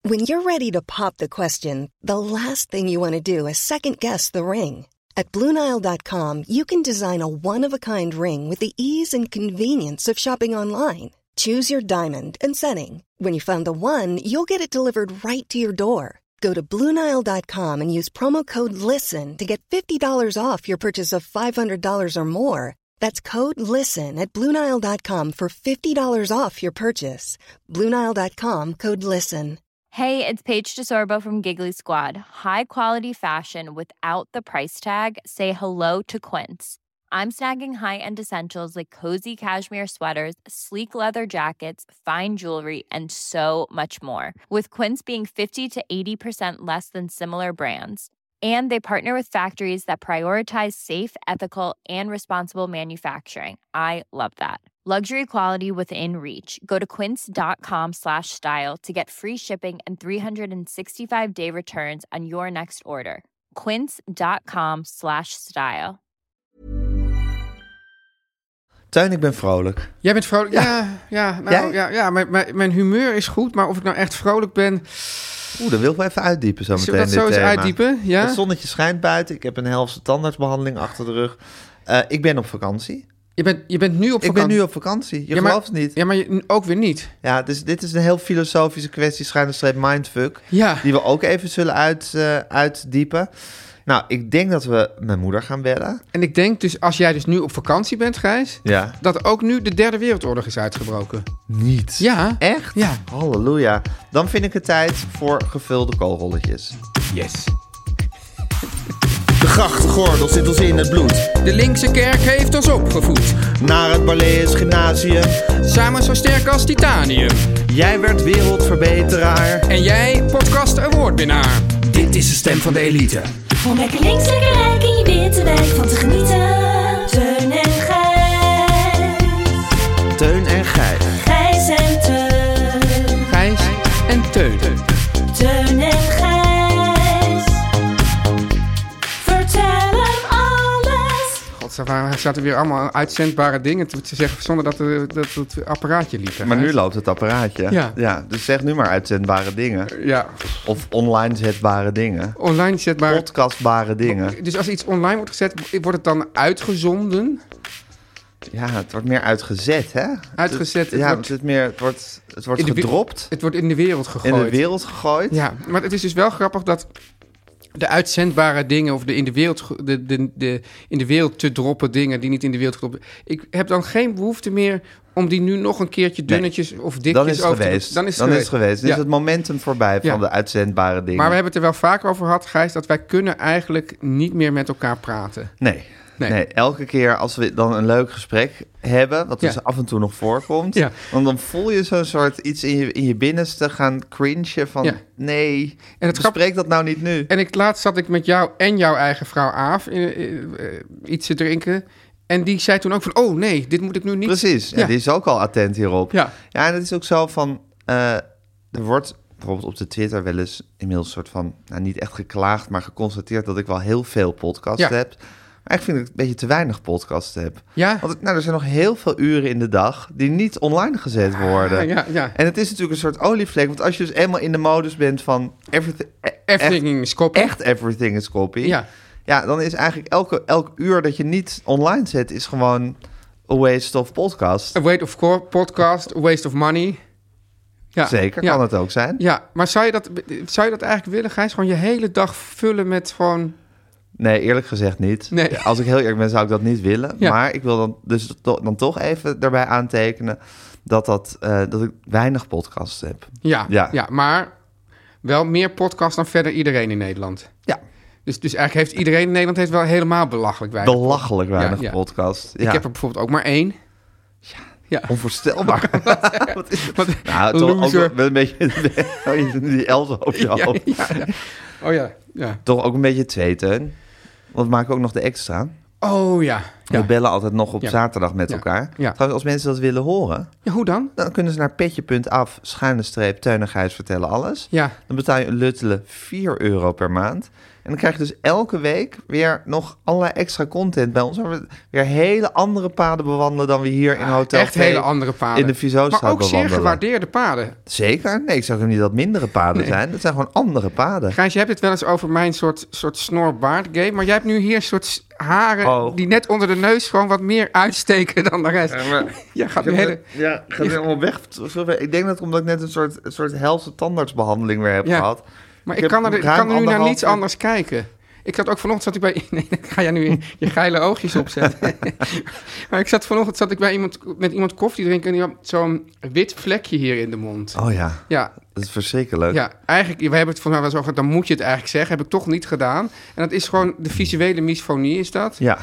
When you're ready to pop the question, the last thing you want to do is second-guess the ring. At BlueNile.com, you can design a one-of-a-kind ring with the ease and convenience of shopping online. Choose your diamond and setting. When you find the one, you'll get it delivered right to your door. Go to BlueNile.com and use promo code LISTEN to get $50 off your purchase of $500 or more. That's code LISTEN at BlueNile.com for $50 off your purchase. BlueNile.com, code LISTEN. Hey, it's Paige DeSorbo from Giggly Squad. High quality fashion without the price tag. Say hello to Quince. I'm snagging high-end essentials like cozy cashmere sweaters, sleek leather jackets, fine jewelry, and so much more. With Quince being 50 to 80% less than similar brands. And they partner with factories that prioritize safe, ethical, and responsible manufacturing. I love that. Luxury quality within reach. Go to quince.com/style to get free shipping and 365-day returns on your next order. Quince.com/style. Teun, ik ben vrolijk. Jij bent vrolijk? Ja, mijn humeur is goed, maar of ik nou echt vrolijk ben... Dat wil ik wel even uitdiepen zo meteen. Zullen we dat zo eens uitdiepen? Ja? Het zonnetje schijnt buiten. Ik heb een helftse tandartsbehandeling achter de rug. Ik ben op vakantie. Je bent nu op vakantie? Ik ben nu op vakantie. Je gelooft het niet. Ja, maar ook weer niet. Ja, dus dit is een heel filosofische kwestie, schuine mindfuck. Ja. Die we ook even zullen uitdiepen. Nou, ik denk dat we mijn moeder gaan bellen. En ik denk dus, als jij dus nu op vakantie bent, Gijs... Ja. dat ook nu de Derde Wereldoorlog is uitgebroken. Niet? Ja. Echt? Ja. Halleluja. Dan vind ik het tijd voor gevulde koolrolletjes. Yes. De grachtgordel zit ons in het bloed. De linkse kerk heeft ons opgevoed. Naar het Barlees Gymnasium. Samen zo sterk als titanium. Jij werd wereldverbeteraar. En jij podcast awardwinnaar. Dit is de stem van de elite. Om lekker links, lekker rijk in je witte wijk van te genieten. Teun en Gijs. Teun en Gijs. Gijs en Teun. Gijs en Teun. Teun en Gijs. Vertel hem alles. God, er zaten weer allemaal uitzendbare dingen te zeggen... zonder dat het apparaatje liep. Hè, Maar Gijs? nu loopt het apparaatje. Ja. Dus zeg nu maar uitzendbare dingen. Ja. Of online zetbare dingen. Online zetbare... Podcastbare dingen. Dus als iets online wordt gezet, wordt het dan uitgezonden? Ja, het wordt meer uitgezet, hè? Uitgezet. Het wordt gedropt. Het wordt in de wereld gegooid. In de wereld gegooid. Ja, maar het is dus wel grappig dat de uitzendbare dingen... of de in de wereld te droppen dingen die niet in de wereld gedropt... Ik heb dan geen behoefte meer om die nu nog een keertje dunnetjes of dikjes dan is het over geweest. Dan is het geweest. Dan is het momentum voorbij van de uitzendbare dingen. Maar we hebben het er wel vaker over gehad, Gijs... dat wij kunnen eigenlijk niet meer met elkaar praten. Nee, elke keer als we dan een leuk gesprek hebben... wat dus af en toe nog voorkomt... dan voel je zo'n soort iets in je binnenste gaan cringen van... nee, bespreek dat nou niet nu. En laatst zat ik met jou en jouw eigen vrouw Aaf iets te drinken... En die zei toen ook van, oh nee, dit moet ik nu niet... Precies, ja. Die is ook al attent hierop. Ja, en het is ook zo van... er wordt bijvoorbeeld op de Twitter wel eens inmiddels een soort van... niet echt geklaagd, maar geconstateerd dat ik wel heel veel podcasts heb. Maar ik vind dat ik een beetje te weinig podcasts heb. Ja? Want er zijn nog heel veel uren in de dag die niet online gezet worden. Ja. En het is natuurlijk een soort olievlek. Want als je dus eenmaal in de modus bent van... Everything is copy. Echt everything is copy. Ja, dan is eigenlijk elk uur dat je niet online zet... is gewoon a waste of podcast. A waste of podcast, a waste of money. Ja, zeker, kan het ook zijn. Ja, maar zou je dat eigenlijk willen, Gijs? Gewoon je hele dag vullen met gewoon... Nee, eerlijk gezegd niet. Nee. Als ik heel eerlijk ben, zou ik dat niet willen. Ja. Maar ik wil dan toch even daarbij aantekenen... dat ik weinig podcasts heb. Ja, maar wel meer podcasts dan verder iedereen in Nederland. Ja. Dus eigenlijk heeft iedereen in Nederland wel helemaal belachelijk weinig. Belachelijk weinig podcast. Ja. Ik heb er bijvoorbeeld ook maar 1. Ja. Onvoorstelbaar. Wat is het? Nou, toch ook wel een beetje die Els op je hoofd. Oh ja. Toch ook een beetje 2, Teun. Want we maken ook nog de extra. Oh ja. We bellen altijd nog op zaterdag met elkaar. Ja. Trouwens, als mensen dat willen horen... Ja, hoe dan? Dan kunnen ze naar petje.af/Teun en Gijs vertellen alles. Ja. Dan betaal je een luttele €4 per maand. En dan krijg je dus elke week weer nog allerlei extra content bij ons. Waar we weer hele andere paden bewandelen dan we hier in Hotel Echt hele andere paden. In de Vizostraat bewandelen. Maar ook zeer gewaardeerde paden. Zeker. Nee, ik zeg ook niet dat mindere paden zijn. Dat zijn gewoon andere paden. Gijs, je hebt het wel eens over mijn soort snor-baard game. Maar jij hebt nu hier een soort haren die net onder de neus gewoon wat meer uitsteken dan de rest. Ja, gaat nu helemaal weg. Ik denk dat omdat ik net een soort helse tandartsbehandeling weer heb gehad. Maar ik kan er nu naar niets anders kijken. Ik zat ook vanochtend Nee, dan ga jij nu je geile oogjes opzetten. Maar vanochtend bij met iemand koffie drinken en die had zo'n wit vlekje hier in de mond. Oh ja. Ja. Dat is verschrikkelijk. Ja, eigenlijk, we hebben het volgens mij wel eens over, dan moet je het eigenlijk zeggen. Heb ik toch niet gedaan. En dat is gewoon de visuele misfonie, is dat? Ja.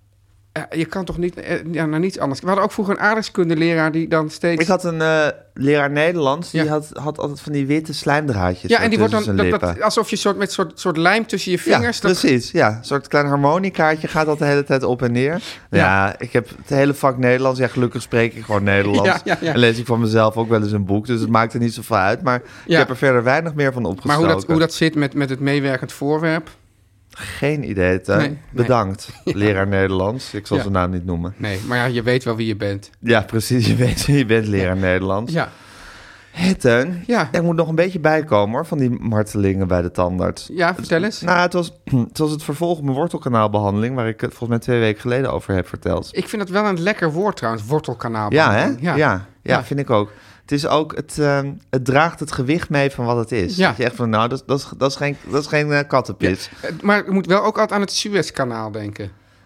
Je kan toch niet naar niets anders. We hadden ook vroeger een aardrijkskundeleraar die dan steeds... Ik had een leraar Nederlands, die had altijd van die witte slijmdraadjes. Ja, en die wordt dan alsof je met soort lijm tussen je vingers... Ja, precies. Ja, een soort klein harmonicaatje gaat dat de hele tijd op en neer. Ja, ik heb het hele vak Nederlands. Ja, gelukkig spreek ik gewoon Nederlands. Ja. En lees ik van mezelf ook wel eens een boek, dus het maakt er niet zoveel uit. Maar ik heb er verder weinig meer van opgestoken. Maar hoe dat zit met het meewerkend voorwerp... Geen idee, Teun. Bedankt, leraar Nederlands. Ik zal zijn naam niet noemen. Nee, maar ja, je weet wel wie je bent. Ja, precies. Je weet wie je bent, leraar Nederlands. Ja. Hé, Teun. Ja. Er moet nog een beetje bijkomen, hoor, van die martelingen bij de tandarts. Ja, vertel eens. Nou, het was het vervolg op mijn wortelkanaalbehandeling, waar ik het volgens mij 2 weken geleden over heb verteld. Ik vind dat wel een lekker woord trouwens, wortelkanaalbehandeling. Ja, hè? Ja, vind ik ook. Het is ook, het draagt het gewicht mee van wat het is. Ja. Dat je echt van, nou, dat is geen kattenpis. Ja, maar je moet wel ook altijd aan het Suezkanaal denken.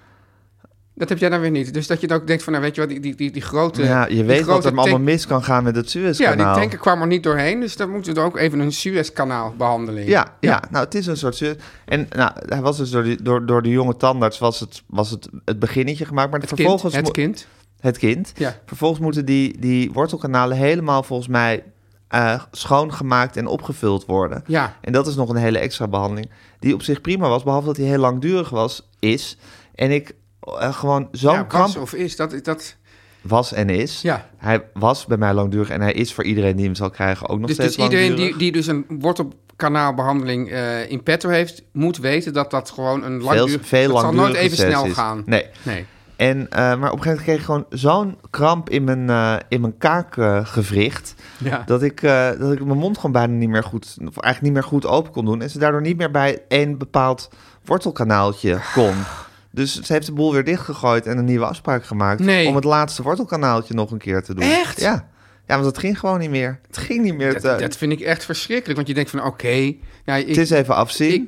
Dat heb jij dan weer niet. Dus dat je dan ook denkt van, nou weet je wat, die grote... Ja, je weet wat er allemaal mis kan gaan met het Suezkanaal. Ja, die tanker kwam er niet doorheen. Dus dan moeten we er ook even een Suezkanaalbehandeling. Ja, nou, het is een soort Suez... En nou, hij was dus door de jonge tandarts was het beginnetje gemaakt. Maar vervolgens... Het kind. Ja. Vervolgens moeten die wortelkanalen helemaal volgens mij schoongemaakt en opgevuld worden. Ja. En dat is nog een hele extra behandeling. Die op zich prima was, behalve dat hij heel langdurig is. En ik gewoon zo'n kramp... Was of is, dat... Was en is. Ja. Hij was bij mij langdurig en hij is voor iedereen die hem zal krijgen ook nog steeds langdurig. Dus iedereen die dus een wortelkanaalbehandeling in petto heeft, moet weten dat gewoon een langdurig... Veel het zal nooit even snel gaan. Nee. En, maar op een gegeven moment kreeg ik gewoon zo'n kramp in mijn kaakgewricht... dat ik mijn mond gewoon bijna niet meer goed... of eigenlijk niet meer goed open kon doen... en ze daardoor niet meer bij één bepaald wortelkanaaltje kon. Dus ze heeft de boel weer dichtgegooid en een nieuwe afspraak gemaakt... om het laatste wortelkanaaltje nog een keer te doen. Echt? Ja, want het ging gewoon niet meer. Het ging niet meer. Dat vind ik echt verschrikkelijk. Want je denkt van, oké... het is even afzien.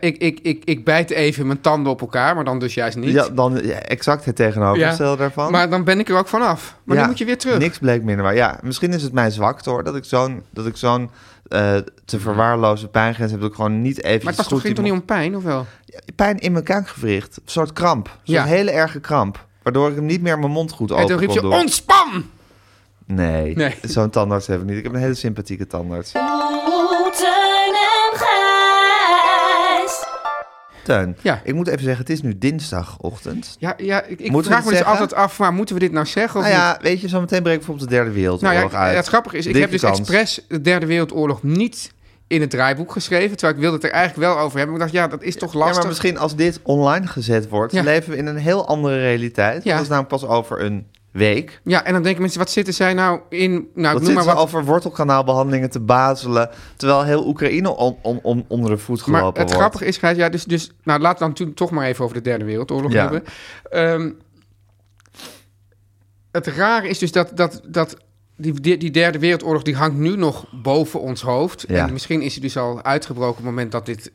Ik bijt even mijn tanden op elkaar, maar dan dus juist niet. Ja, dan exact het tegenovergestelde daarvan. Maar dan ben ik er ook vanaf. Maar dan moet je weer terug. Niks bleek minder waar. Ja, misschien is het mijn zwakte, hoor. Dat ik zo'n te verwaarlozen pijngrens heb... dat ik gewoon niet even... Maar het ging toch niet om pijn, of wel? Ja, pijn in mijn kaakgewricht. Een soort kramp. Zo'n hele erge kramp. Waardoor ik hem niet meer mijn mond goed open kon doen. En toen riep je, ontspan! Nee, zo'n tandarts heb ik niet. Ik heb een hele sympathieke tandarts. Teun en Gijs. Teun, ik moet even zeggen, het is nu dinsdagochtend. Ja, ik vraag me dus altijd af, maar moeten we dit nou zeggen? Of niet? Weet je, zo meteen breekt bijvoorbeeld de Derde Wereldoorlog uit. Het grappige is, ik heb dus expres de Derde Wereldoorlog niet in het draaiboek geschreven, terwijl ik wilde het er eigenlijk wel over hebben. Ik dacht, dat is toch lastig. Ja, maar misschien als dit online gezet wordt, leven we in een heel andere realiteit. Dat is namelijk pas over een week. Ja, en dan denken mensen, wat zitten zij nou in... Nou, wat zitten ze over wortelkanaalbehandelingen te bazelen... terwijl heel Oekraïne onder de voet gelopen wordt. Maar het grappige is, dus nou, laten we dan toch maar even over de Derde Wereldoorlog hebben. Het rare is dus dat die Derde Wereldoorlog... die hangt nu nog boven ons hoofd. Ja. En misschien is hij dus al uitgebroken... op het moment dat dit...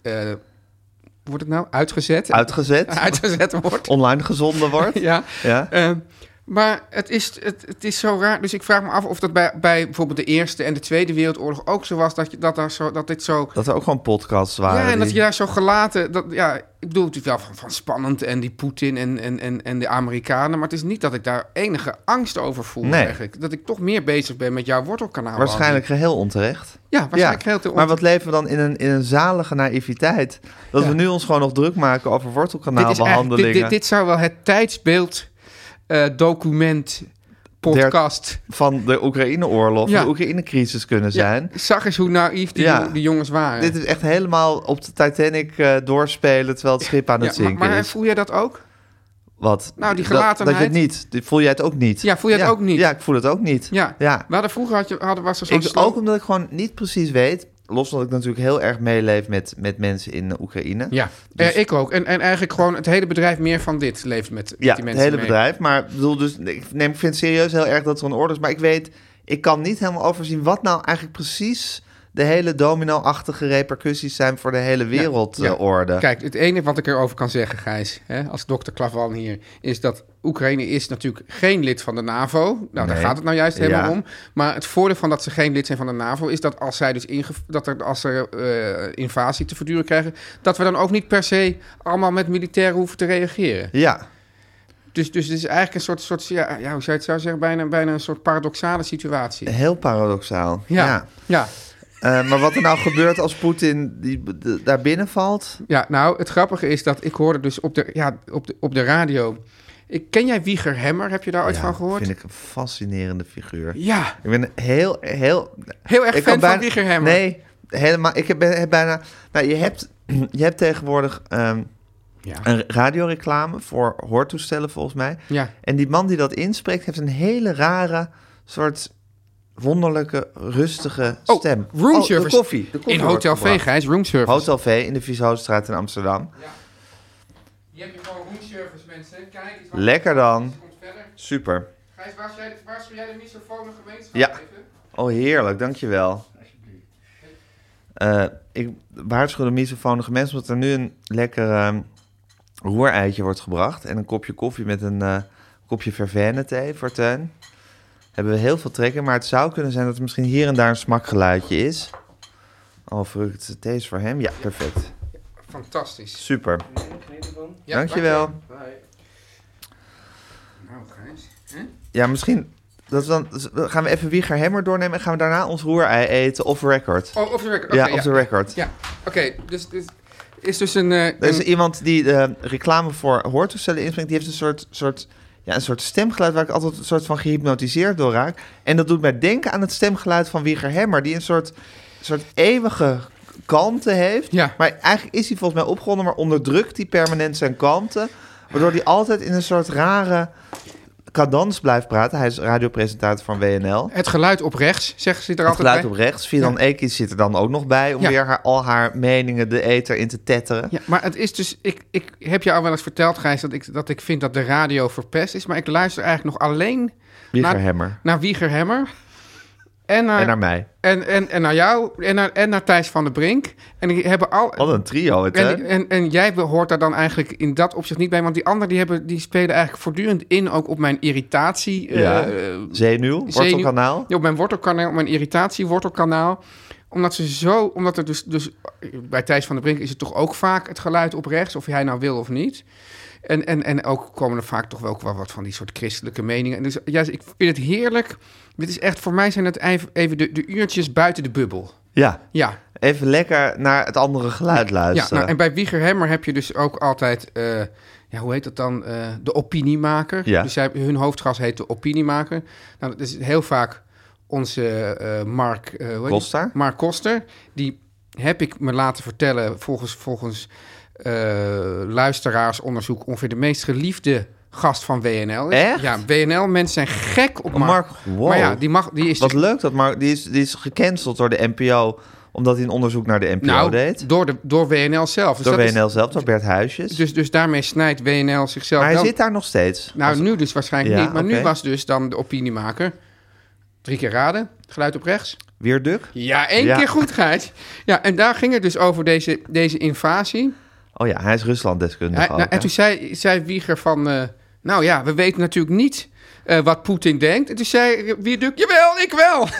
wordt het nou? Uitgezet wordt. Online gezonden wordt. ja. Maar het is zo raar. Dus ik vraag me af of dat bij bijvoorbeeld de Eerste en de Tweede Wereldoorlog ook zo was. Dat er ook gewoon podcasts waren. Ja, en dat je daar zo gelaten... ik bedoel natuurlijk wel van spannend en die Poetin en de Amerikanen. Maar het is niet dat ik daar enige angst over voel eigenlijk. Dat ik toch meer bezig ben met jouw wortelkanaal. Waarschijnlijk geheel onterecht. Ja, waarschijnlijk geheel onterecht. Maar wat leven we dan in een zalige naïviteit? Dat we nu ons gewoon nog druk maken over wortelkanaalbehandelingen. Dit zou wel het tijdsbeeld... document, podcast... van de Oekraïne-oorlog, de Oekraïne-crisis kunnen zijn. Zag eens hoe naïef die jongens waren. Dit is echt helemaal op de Titanic doorspelen... terwijl het schip aan het zinken is. Maar voel jij dat ook? Wat? Nou, die gelatenheid. Dat je het niet... Voel jij het ook niet? Ja, voel je het ook niet? Ja, ik voel het ook niet. Ja. We hadden vroeger was er zo'n... Ook omdat ik gewoon niet precies weet... Los dat ik natuurlijk heel erg meeleef met mensen in Oekraïne. Ja, dus... ik ook. En eigenlijk gewoon het hele bedrijf meer van dit leeft met die mensen mee. Ja, het hele bedrijf. Maar ik vind het serieus heel erg dat er een orde is. Maar ik kan niet helemaal overzien wat nou eigenlijk precies... de hele domino-achtige repercussies zijn voor de hele wereldorde. Kijk, het enige wat ik erover kan zeggen, Gijs, als dokter Klavan hier... is dat Oekraïne is natuurlijk geen lid van de NAVO. Nou, daar gaat het nou juist helemaal om. Maar het voordeel van dat ze geen lid zijn van de NAVO... is dat als zij dus als er invasie te verduren krijgen... dat we dan ook niet per se allemaal met militairen hoeven te reageren. Ja. Dus het is eigenlijk een soort hoe zou je het zo zeggen... bijna een soort paradoxale situatie. Heel paradoxaal, ja. Maar wat er nou gebeurt als Poetin daar binnenvalt? Ja, nou, het grappige is dat ik hoorde dus op de radio... Ken jij Wieger Hemmer? Heb je daar ooit van gehoord? Vind ik een fascinerende figuur. Ja. Ik ben heel erg fan van Wieger Hemmer. Nee, helemaal. Ik heb bijna... Nou, je hebt tegenwoordig een radioreclame voor hoortoestellen, volgens mij. Ja. En die man die dat inspreekt, heeft een hele rare soort... wonderlijke, rustige stem. Roomservice. De koffie in Hotel V, Gijs, roomservice. Hotel V in de Vieshoofdstraat in Amsterdam. Ja. Je hebt gewoon roomservice, mensen. Kijk eens. Lekker dan. Super. Gijs, waarschuw jij de microfoon gemeenschap even? Ja. Oh, heerlijk. Dankjewel. Ik waarschuw de misofone gemeenschap omdat er nu een lekker roereitje wordt gebracht. En een kopje koffie met een kopje verveine thee voor Teun. Hebben we heel veel trek in, maar het zou kunnen zijn dat er misschien hier en daar een smakgeluidje is. Oh, verrukt. Thee is voor hem? Ja, perfect. Fantastisch. Super. Ja, dankjewel. Nou, Gijs. Ja, misschien... gaan we even Wieger Hemmer doornemen en gaan we daarna ons roerei eten off record. Oh, off the record. Ja, off the record. Ja, oké. Dus is dus een... Er is iemand die de reclame voor hoortoestellen inspreekt. Die heeft een soort stemgeluid waar ik altijd een soort van gehypnotiseerd door raak. En dat doet mij denken aan het stemgeluid van Wieger Hemmer, die een soort eeuwige kalmte heeft. Ja. Maar eigenlijk is hij volgens mij opgewonden, maar onderdrukt hij permanent zijn kalmte, waardoor hij altijd in een soort rare cadans blijft praten. Hij is radiopresentator van WNL. Het geluid op rechts, zeggen ze er altijd bij. Het geluid op rechts. Fidan Ekis zit er dan ook nog bij om weer al haar meningen de ether in te tetteren. Ja, maar het is dus... Ik heb je al wel eens verteld, Gijs, dat ik vind dat de radio verpest is. Maar ik luister eigenlijk nog alleen naar Wieger Hemmer. En naar mij. En naar jou. En naar Thijs van der Brink. En die hebben al... Wat een trio, het, hè? En jij hoort daar dan eigenlijk in dat opzicht niet bij. Want die anderen die spelen eigenlijk voortdurend in... ook op mijn irritatie... zenuw, wortelkanaal. Ja, op mijn wortelkanaal, op mijn irritatiewortelkanaal. Omdat er dus... Bij Thijs van der Brink is het toch ook vaak het geluid op rechts... of hij nou wil of niet... En ook komen er vaak toch wel wat van die soort christelijke meningen. En dus juist, ik vind het heerlijk. Dit is echt, voor mij zijn het even de uurtjes buiten de bubbel. Ja. Even lekker naar het andere geluid luisteren. Ja, nou, en bij Wieger Hemmer heb je dus ook altijd, hoe heet dat dan? De opiniemaker. Ja. Dus hun hoofdgast heet de opiniemaker. Nou, dat is heel vaak onze Mark Koster. Die heb ik me laten vertellen volgens luisteraarsonderzoek ongeveer de meest geliefde gast van WNL is. Echt? Ja, WNL-mensen zijn gek op Mark. Wow. Maar ja, die is... Wat leuk dat Mark... Die is gecanceld door de NPO... omdat hij een onderzoek naar de NPO deed. Door WNL zelf. Dus door Bert Huisjes. Dus daarmee snijdt WNL zichzelf... Maar hij zit daar nog steeds. Nou, nu dus waarschijnlijk niet. Maar nu was dus dan de opiniemaker... 3 keer raden, geluid op rechts. Weer Duk? Ja, 1 keer goed, Gijs. Ja, en daar ging het dus over deze invasie... Oh ja, hij is Rusland-deskundige. En toen zei Wieger Nou ja, we weten natuurlijk niet wat Poetin denkt. En toen zei Wierduk, jawel, ik wel.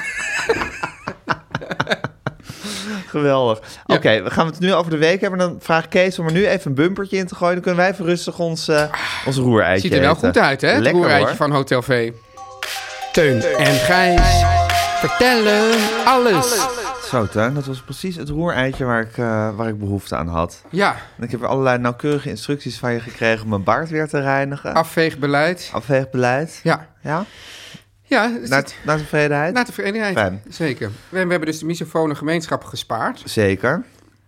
Geweldig. Ja. Oké, we gaan het nu over de week hebben. Dan vraag Kees om er nu even een bumpertje in te gooien. Dan kunnen wij even rustig ons roereitje Ziet er wel eten. goed uit, hè? Het roereitje van Hotel V. Teun en Gijs vertellen alles. Zo, Teun, dat was precies het roereitje waar ik behoefte aan had. Ja. En ik heb allerlei nauwkeurige instructies van je gekregen om mijn baard weer te reinigen. Afveegbeleid. Afveegbeleid. Ja. Ja? Ja. Naar tevredenheid? Naar tevredenheid, fijn. Zeker. We hebben dus de misofone gemeenschap gespaard. Zeker.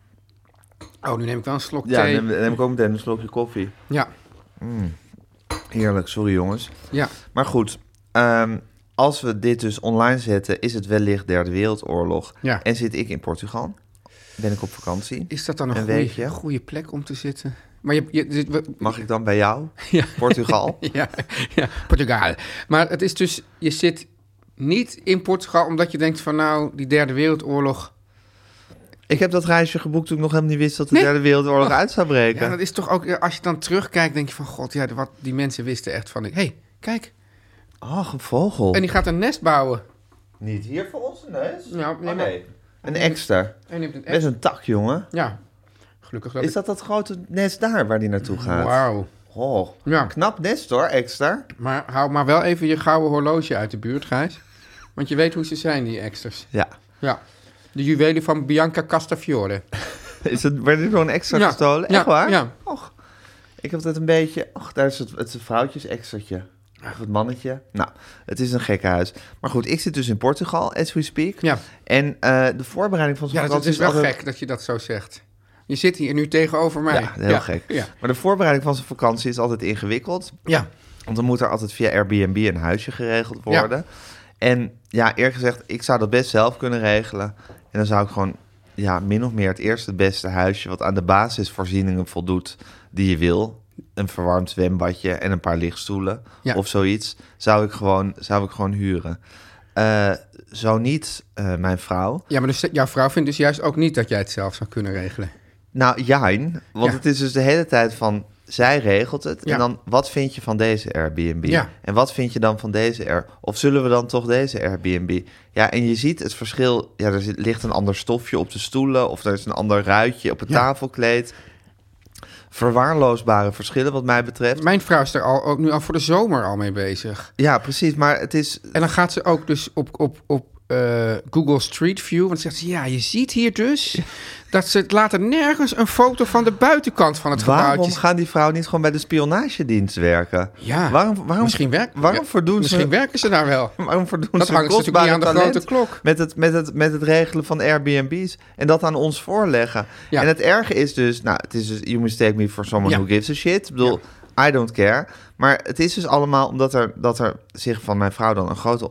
Oh, nu neem ik wel een slok thee. Ja, neem ik ook meteen een slokje koffie. Ja. Heerlijk, sorry jongens. Ja. Maar goed, als we dit dus online zetten, is het wellicht Derde Wereldoorlog. Ja. En zit ik in Portugal. Ben ik op vakantie. Is dat dan een goede plek om te zitten? Maar mag ik dan bij jou? Ja. Portugal? ja, Portugal. Maar het is dus, je zit niet in Portugal omdat je denkt van nou, die Derde Wereldoorlog. Ik heb dat reisje geboekt toen ik nog helemaal niet wist dat de Derde Wereldoorlog uit zou breken. Ja, dat is toch ook, als je dan terugkijkt, denk je van god, ja, wat die mensen wisten echt van, hé, kijk. Ach, een vogel. En die gaat een nest bouwen. Niet hier voor ons een nest? Ja, nee. Een extra. Met een tak, jongen. Ja. Gelukkig is dat grote nest daar waar die naartoe gaat? Wauw. Oh, ja. Knap nest hoor, extra. Maar hou maar wel even je gouden horloge uit de buurt, Gijs. Want je weet hoe ze zijn, die extras. Ja. Ja. De juwelen van Bianca Castafiore. Werd er zo'n extra gestolen? Echt waar? Ja. Och, ik heb het een beetje... Och, daar is het vrouwtjes-extraatje. Of het mannetje. Nou, het is een gekke huis. Maar goed, ik zit dus in Portugal, as we speak. Ja. En de voorbereiding van zo'n vakantie... Ja, het is wel gek dat je dat zo zegt. Je zit hier nu tegenover mij. Ja, heel gek. Ja. Maar de voorbereiding van zo'n vakantie is altijd ingewikkeld. Ja. Want dan moet er altijd via Airbnb een huisje geregeld worden. Ja. En ja, eerlijk gezegd, ik zou dat best zelf kunnen regelen. En dan zou ik gewoon, min of meer het eerste het beste huisje... wat aan de basisvoorzieningen voldoet die je wil... een verwarmd zwembadje en een paar lichtstoelen of zoiets... zou ik gewoon huren. Zo niet mijn vrouw. Ja, maar dus jouw vrouw vindt dus juist ook niet dat jij het zelf zou kunnen regelen? Nou, want het is dus de hele tijd van... zij regelt het. Ja. En dan, wat vind je van deze Airbnb? Ja. En wat vind je dan van deze Of zullen we dan toch deze Airbnb? Ja, en je ziet het verschil. Ja, er ligt een ander stofje op de stoelen... of er is een ander ruitje op het tafelkleed. Verwaarloosbare verschillen wat mij betreft. Mijn vrouw is er ook nu al voor de zomer al mee bezig. Ja, precies, maar het is... En dan gaat ze ook dus op Google Street View, want zegt ze, je ziet hier dus dat ze laten nergens een foto van de buitenkant van het gebouw. Waarom gaan die vrouwen niet gewoon bij de spionagedienst werken? Ja, waarom misschien werken ze daar wel. Waarom verdoen dat ze hangt natuurlijk niet aan de grote klok. Met het regelen van Airbnb's en dat aan ons voorleggen. Ja. En het erge is dus, het is dus, you mistake me for someone who gives a shit. Ik bedoel, I don't care. Maar het is dus allemaal omdat er zich van mijn vrouw dan een grote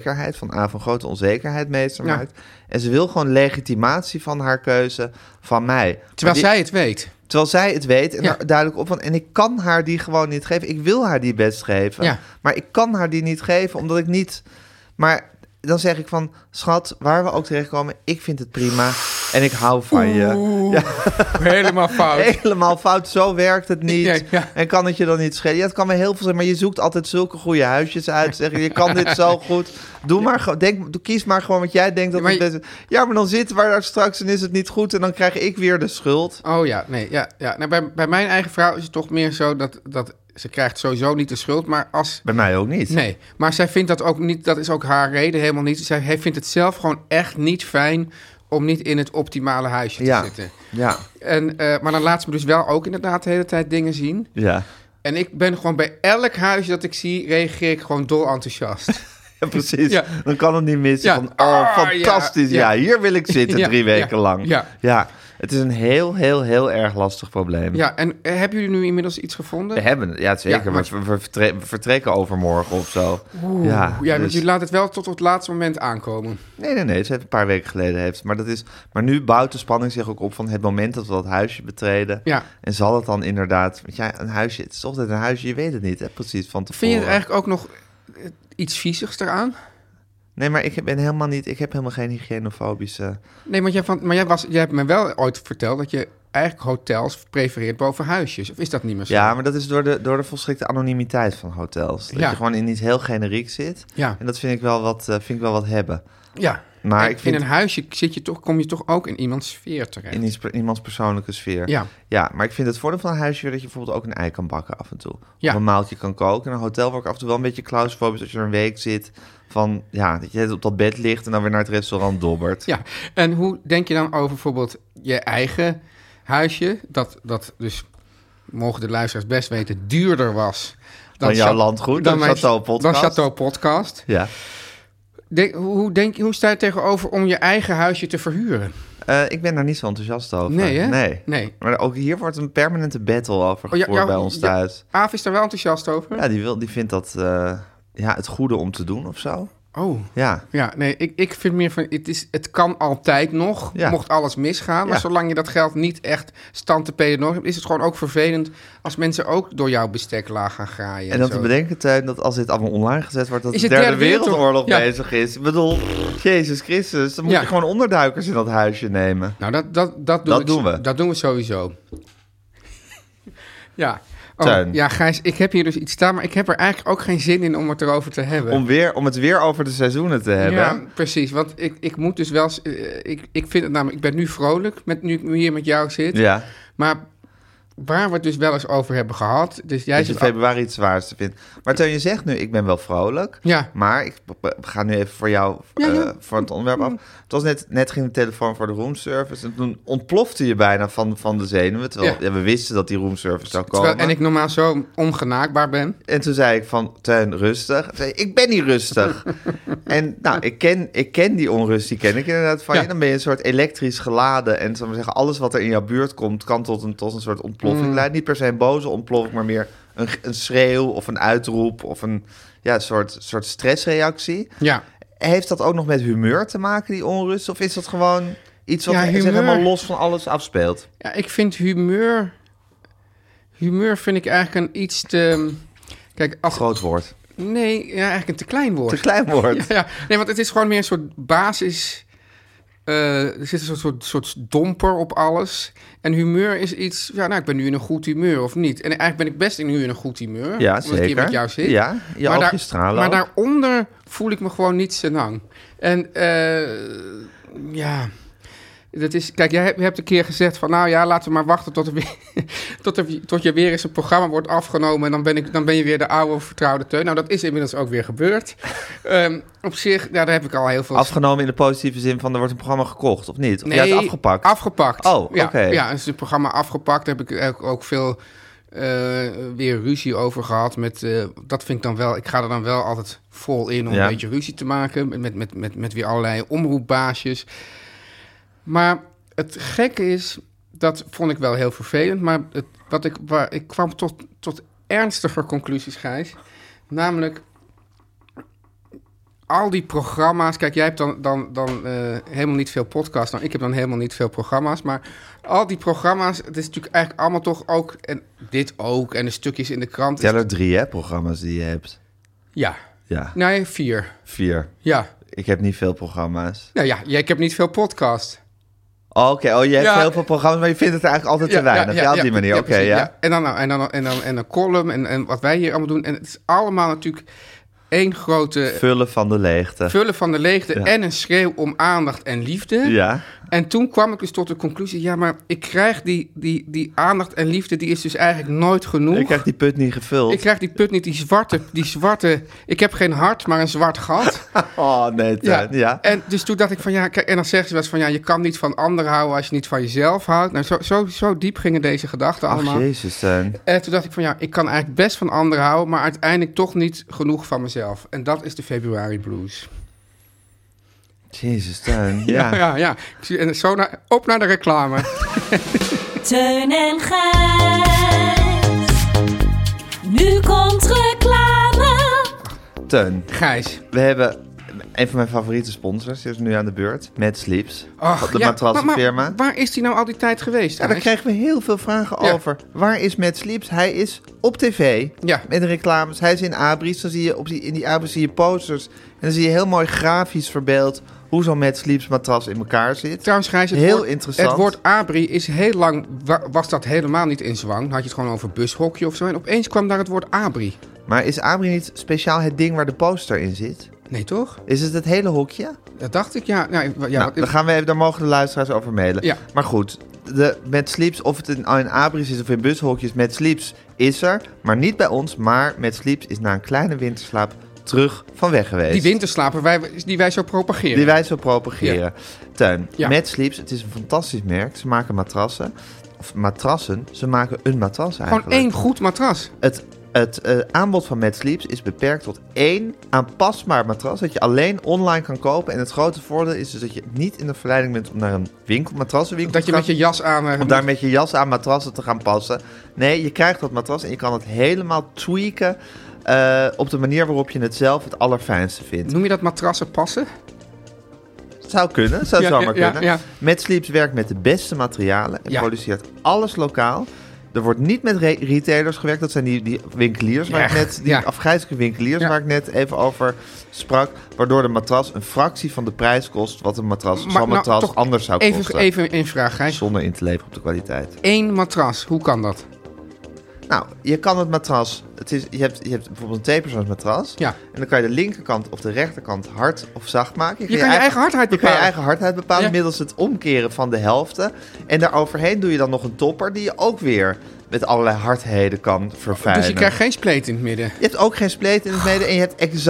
onzekerheid meester maakt. En ze wil gewoon legitimatie van haar keuze van mij. Terwijl zij het weet. Terwijl zij het weet en er duidelijk op van... en ik kan haar die gewoon niet geven. Ik wil haar die best geven. Maar ik kan haar die niet geven, omdat ik niet... Maar dan zeg ik van... schat, waar we ook terechtkomen, ik vind het prima... en ik hou van je. Ja. Helemaal fout. Helemaal fout, zo werkt het niet. Ja. En kan het je dan niet schelen? Ja, het kan me heel veel zijn, maar je zoekt altijd zulke goede huisjes uit. Zeg je kan dit zo goed. Kies maar gewoon wat jij denkt dat het best is. Ja, maar dan zitten we daar straks en is het niet goed... en dan krijg ik weer de schuld. Oh ja, nee, ja. Nou, bij mijn eigen vrouw is het toch meer zo dat ze krijgt sowieso niet de schuld, maar als... Bij mij ook niet. Nee, maar zij vindt dat ook niet, dat is ook haar reden helemaal niet. Zij vindt het zelf gewoon echt niet fijn om niet in het optimale huisje te zitten. Ja. Maar dan laat ze me dus wel ook inderdaad de hele tijd dingen zien. Ja. En ik ben gewoon bij elk huisje dat ik zie, reageer ik gewoon dol enthousiast. Ja, precies. Ja. Dan kan het niet missen. Ja. Fantastisch. Ja, hier wil ik zitten 3 weken lang. Ja. Het is een heel, heel, heel erg lastig probleem. Ja, en hebben jullie nu inmiddels iets gevonden? We hebben, ja zeker. Maar we vertrekken overmorgen of zo. Want je laat het wel tot het laatste moment aankomen. Nee. Ze heeft een paar weken geleden. Maar nu bouwt de spanning zich ook op van het moment dat we dat huisje betreden. Ja. En zal het dan inderdaad... een huisje, het is altijd een huisje, je weet het niet, hè, precies van tevoren. Vind je het eigenlijk ook nog iets viezigs eraan? Nee, maar ik heb helemaal geen hygiënofobische... Nee, maar jij hebt me wel ooit verteld dat je eigenlijk hotels prefereert boven huisjes. Of is dat niet meer zo? Ja, maar dat is door de volstrekte anonimiteit van hotels. Dat je gewoon in iets heel generiek zit. Ja. En dat vind ik wel wat hebben. Ja. Maar in een huisje kom je toch ook in iemands sfeer terecht. In iemands persoonlijke sfeer. Ja, maar ik vind het voordeel van een huisje dat je bijvoorbeeld ook een ei kan bakken af en toe. Ja. Of een maaltje kan koken. In een hotel word ik af en toe wel een beetje claustrofobisch als je er een week zit. Van, dat je op dat bed ligt en dan weer naar het restaurant dobbert. Ja, en hoe denk je dan over bijvoorbeeld je eigen huisje? Dat dus, mogen de luisteraars best weten, duurder was dan jouw landgoed, dan Chateau Podcast. Ja. Hoe sta je tegenover om je eigen huisje te verhuren? Ik ben daar niet zo enthousiast over. Nee, hè? Nee. Maar ook hier wordt een permanente battle over gevoerd bij ons thuis. Aaf is daar wel enthousiast over? Ja, die vindt dat het goede om te doen of zo. Oh. Ja, nee, ik vind meer van, het kan altijd nog, mocht alles misgaan. Maar zolang je dat geld niet echt stand te peden nog hebt, is het gewoon ook vervelend als mensen ook door jouw besteklaag gaan graaien. En dan te bedenken, Teun, dat als dit allemaal online gezet wordt, dat de derde wereldoorlog bezig is. Ik bedoel, Jezus Christus, dan moet je gewoon onderduikers in dat huisje nemen. Nou, dat doen we. Dat doen we sowieso. Ja. Ja, Gijs, ik heb hier dus iets staan, maar ik heb er eigenlijk ook geen zin in om het erover te hebben. Om het weer over de seizoenen te hebben. Ja, precies. Want ik moet dus wel... Ik vind het namelijk... Ik ben nu vrolijk, nu ik hier met jou zit. Ja. Maar waar we het dus wel eens over hebben gehad... Dus jij in februari het zwaarste vindt. Maar Teun, je zegt nu, ik ben wel vrolijk. Ja. Maar ik ga nu even voor jou voor het onderwerp af. Het was net ging de telefoon voor de roomservice. En toen ontplofte je bijna van de zenuwen. Terwijl we wisten dat die roomservice zou komen. En ik normaal zo ongenaakbaar ben. En toen zei ik van, Teun, rustig. Zei, ik ben niet rustig. En nou, ik ken die onrust, die ken ik inderdaad van je. Dan ben je een soort elektrisch geladen. En zal maar zeggen, alles wat er in jouw buurt komt, kan tot een soort ontploffing leiden. Niet per se een boze ontploffing, maar meer een schreeuw of een uitroep of een soort stressreactie. Ja. Heeft dat ook nog met humeur te maken, die onrust? Of is dat gewoon iets wat helemaal los van alles afspeelt? Ja, ik vind humeur vind ik eigenlijk een iets te... Kijk, groot woord. Nee, eigenlijk een te klein woord. Te klein woord? Ja. Nee, want het is gewoon meer een soort basis... er zit een soort domper op alles. En humeur is iets... Ja, nou, ik ben nu in een goed humeur of niet. En eigenlijk ben ik best nu in een goed humeur. Ja, zeker. Omdat ik hier met jou zit. Ja, je oogjes stralen. Maar daaronder voel ik me gewoon niet senang. En dat is... Kijk, jij hebt een keer gezegd van... Nou ja, laten we maar wachten tot je weer eens een programma wordt afgenomen... en dan ben je weer de oude vertrouwde Teun. Nou, dat is inmiddels ook weer gebeurd. Op zich, daar heb ik al heel veel... Afgenomen in de positieve zin van... er wordt een programma gekocht, of niet? Of nee, juist afgepakt? Afgepakt. Oh, oké. Ja, is het programma afgepakt. Daar heb ik ook veel weer ruzie over gehad. Dat vind ik dan wel... Ik ga er dan wel altijd vol in om een beetje ruzie te maken... met weer allerlei omroepbaasjes... Maar het gekke is, dat vond ik wel heel vervelend, maar ik kwam tot ernstiger conclusies, Gijs. Namelijk, al die programma's... Kijk, jij hebt dan helemaal niet veel podcasts. Nou, ik heb dan helemaal niet veel programma's. Maar al die programma's, het is natuurlijk eigenlijk allemaal toch ook... En dit ook, en de stukjes in de krant... Tel er 3, hè, programma's die je hebt. Ja. Nee, 4. 4? Ja. Ik heb niet veel programma's. Nou ja, ik heb niet veel podcasts. Oké, je hebt heel veel programma's, maar je vindt het eigenlijk altijd te weinig. Op die manier, oké. En dan column en wat wij hier allemaal doen. En het is allemaal natuurlijk één grote... Vullen van de leegte en een schreeuw om aandacht en liefde. Ja. En toen kwam ik dus tot de conclusie... Ja, maar ik krijg die aandacht en liefde... die is dus eigenlijk nooit genoeg. Ik krijg die put niet gevuld. Ik krijg die put niet, die zwarte... Ik heb geen hart, maar een zwart gat. Oh, nee, ja. En dus toen dacht ik van ja... Kijk, en dan zeggen ze wel eens van ja... Je kan niet van anderen houden als je niet van jezelf houdt. Nou, zo diep gingen deze gedachten allemaal. Jezus, Teun. En toen dacht ik van ja... Ik kan eigenlijk best van anderen houden... maar uiteindelijk toch niet genoeg van mezelf. En dat is de February Blues. Jezus, Teun. Ja. En zo op naar de reclame. Teun en Gijs. Nu komt reclame. Teun. Gijs. We hebben een van mijn favoriete sponsors. Die is nu aan de beurt. Mad Sleeps. De matrassenfirma. Maar waar is die nou al die tijd geweest? Ja, daar kregen we heel veel vragen over. Waar is Mad Sleeps? Hij is op tv. Ja. Met de reclames. Hij is in abris. Dan zie je in die abris zie je posters. En dan zie je heel mooi grafisch verbeeld hoe zo'n Mad Sleeps matras in elkaar zit. Trouwens, Gijs, interessant. Het woord abri is heel lang, was dat helemaal niet in zwang. Dan had je het gewoon over bushokje of zo. En opeens kwam daar het woord abri. Maar is abri niet speciaal het ding waar de poster in zit? Nee, toch? Is het hele hokje? Dat dacht ik, ja. Daar mogen de luisteraars over mailen. Ja. Maar goed, de Mad Sleeps, of het in abris is of in bushokjes, Mad Sleeps is er. Maar niet bij ons, maar Mad Sleeps is na een kleine winterslaap terug van weg geweest. Die winterslapen die wij zo propageren. Ja. Teun, Ja. Mad Sleeps, het is een fantastisch merk. Ze maken matrassen. Of matrassen, ze maken een matras eigenlijk. Gewoon één goed matras. Het aanbod van Mad Sleeps is beperkt tot 1 aanpasbaar matras dat je alleen online kan kopen. En het grote voordeel is dus dat je niet in de verleiding bent om naar een matrassenwinkel Dat je met je jas aan... om daar met je jas aan matrassen te gaan passen. Nee, je krijgt dat matras en je kan het helemaal tweaken op de manier waarop je het zelf het allerfijnste vindt. Noem je dat matrassen passen? Het zou kunnen, zou zomaar kunnen. Ja. Mad Sleeps werkt met de beste materialen en produceert alles lokaal. Er wordt niet met retailers gewerkt. Dat zijn die winkeliers waar ik net... Die afgrijzelijke winkeliers waar ik net even over sprak. Waardoor de matras een fractie van de prijs kost wat een matras anders zou kosten. Even een vraag, Gijs. Zonder in te leveren op de kwaliteit. 1 matras, hoe kan dat? Nou, je kan het matras... Je hebt bijvoorbeeld een 2-persoonsmatras. Ja. En dan kan je de linkerkant of de rechterkant hard of zacht maken. Je kan je eigen hardheid bepalen. Je kan je eigen hardheid bepalen middels het omkeren van de helften. En daaroverheen doe je dan nog een topper die je ook weer met allerlei hardheden kan verfijnen. Dus je krijgt geen spleet in het midden? Je hebt ook geen spleet in het midden en je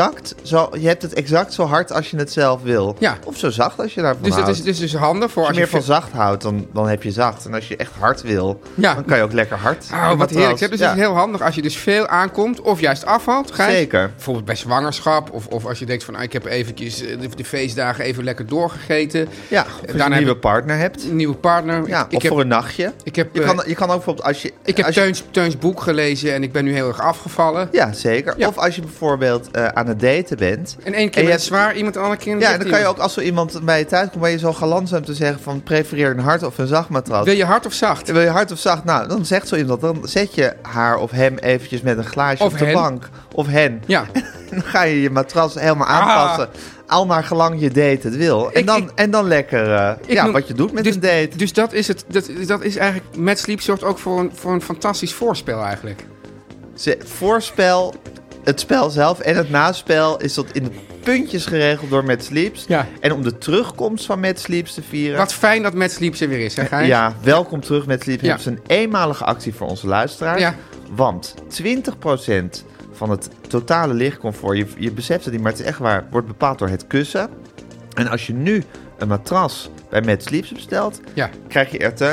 hebt het exact zo hard als je het zelf wil. Ja. Of zo zacht als je daarvan houdt. Dus het is dus handig voor als je meer van zacht houdt, dan heb je zacht. En als je echt hard wil, dan kan je ook lekker hard. Oh, wat heerlijk. Dus het is heel handig als je dus veel aankomt of juist afvalt. Gijs. Zeker. Bijvoorbeeld bij zwangerschap of als je denkt van ik heb eventjes de feestdagen even lekker doorgegeten. Ja, of als je een nieuwe partner hebt. Een nieuwe partner. Ja, voor een nachtje. Je kan ook bijvoorbeeld als je... Ik heb Teuns boek gelezen en ik ben nu heel erg afgevallen. Ja, zeker. Ja. Of als je bijvoorbeeld aan het daten bent. En één keer met zwaar, iemand een andere keer... Ja, dan kan je ook als er iemand bij je thuis komt... waar je zo galant bent te zeggen van... prefereer een hard of een zacht matras. Wil je hard of zacht? Wil je hard of zacht? Nou, dan zegt zo iemand... dan zet je haar of hem eventjes met een glaasje op de bank. Of hen. Ja. En dan ga je je matras helemaal aanpassen. Al naar gelang je date het wil. En dan lekker wat je doet met een date. Dus dat is het. Dat is eigenlijk... Mad Sleep zorgt ook voor een fantastisch voorspel eigenlijk. Voorspel, het spel zelf en het naspel is tot in de puntjes geregeld door Mad Sleeps. Ja. En om de terugkomst van Mad Sleeps te vieren... Wat fijn dat Mad Sleeps er weer is, hè Gijs? Ja, welkom terug Mad Sleeps. Het is een eenmalige actie voor onze luisteraars. Ja. Want 20% van het totale lichtcomfort, je beseft het niet, maar het is echt waar, wordt bepaald door het kussen. En als je nu een matras bij Mad Sleeps bestelt, krijg je er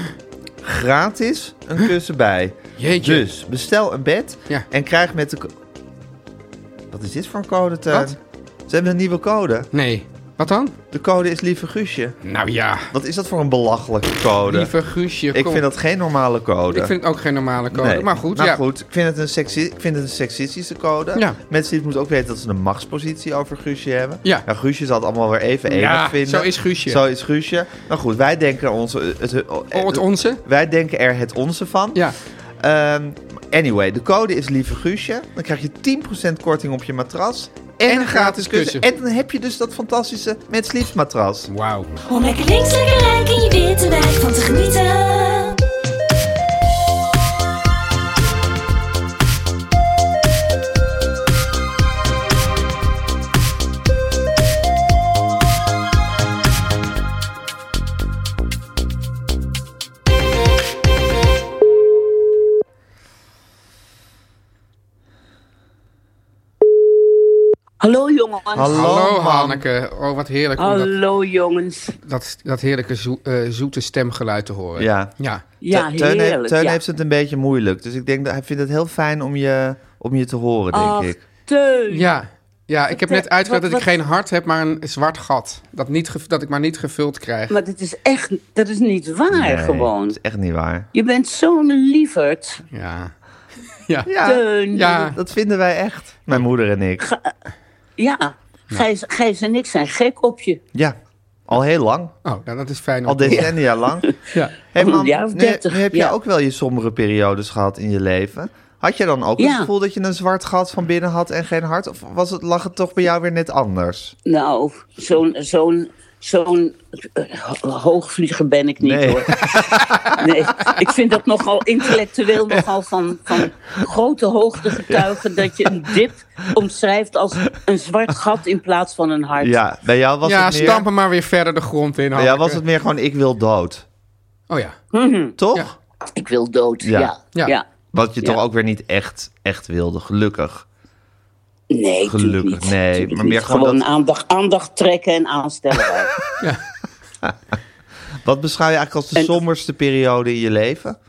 gratis een kussen bij. Jeetje. Dus bestel een bed en krijg met de... Wat is dit voor een code, Teun? Wat? Ze hebben een nieuwe code. Nee. Wat dan? De code is Lieve Guusje. Nou ja. Wat is dat voor een belachelijke code? Lieve Guusje. Ik vind dat geen normale code. Ik vind het ook geen normale code. Nee. Maar goed, goed, ik vind het een seksistische code. Ja. Mensen moeten ook weten dat ze een machtspositie over Guusje hebben. Ja. Nou, Guusje zal het allemaal weer even enig vinden. Zo is Guusje. Zo is Guusje. Nou goed, wij denken het onze? Wij denken er het onze van. Ja. Anyway, de code is Lieve Guusje. Dan krijg je 10% korting op je matras. En een gratis kussen. En dan heb je dus dat fantastische Mad Sleeps matras. Wauw. Om lekker links, lekker rijk in je witte wijk van te genieten. Hallo jongens. Hallo Hanneke. Oh, wat heerlijk. Hallo jongens. Dat heerlijke zoete stemgeluid te horen. Ja, heerlijk. Teun heeft het een beetje moeilijk. Dus ik denk dat hij vindt het heel fijn om je te horen, denk ik. Teun. Ja, ik heb net uitgelegd dat ik geen hart heb, maar een zwart gat. Dat ik maar niet gevuld krijg. Maar dat is niet waar gewoon. Dat is echt niet waar. Je bent zo'n lieverd. Ja, dat vinden wij echt. Mijn moeder en ik. Gijs en ik zijn gek op je. Ja, al heel lang. Oh, nou, dat is fijn. Al decennia lang. Ja. Hey, man, nu heb jij ook wel je sombere periodes gehad in je leven. Had je dan ook het gevoel dat je een zwart gat van binnen had en geen hart? Of lag het toch bij jou weer net anders? Nou, zo'n hoogvlieger ben ik niet, hoor. Nee, ik vind dat nogal intellectueel nogal van grote hoogte getuigen... dat je een dip omschrijft als een zwart gat in plaats van een hart. Ja, bij jou was het meer... stampen maar weer verder de grond in. Bij jou was het meer gewoon, ik wil dood. Oh ja. Mm-hmm. Toch? Ja. Ik wil dood, ja. Wat je toch ook weer niet echt wilde, gelukkig. Nee, gelukkig niet. Nee, maar meer gewoon aandacht trekken en aanstellen. Ja. Wat beschouw je eigenlijk als de somberste periode in je leven?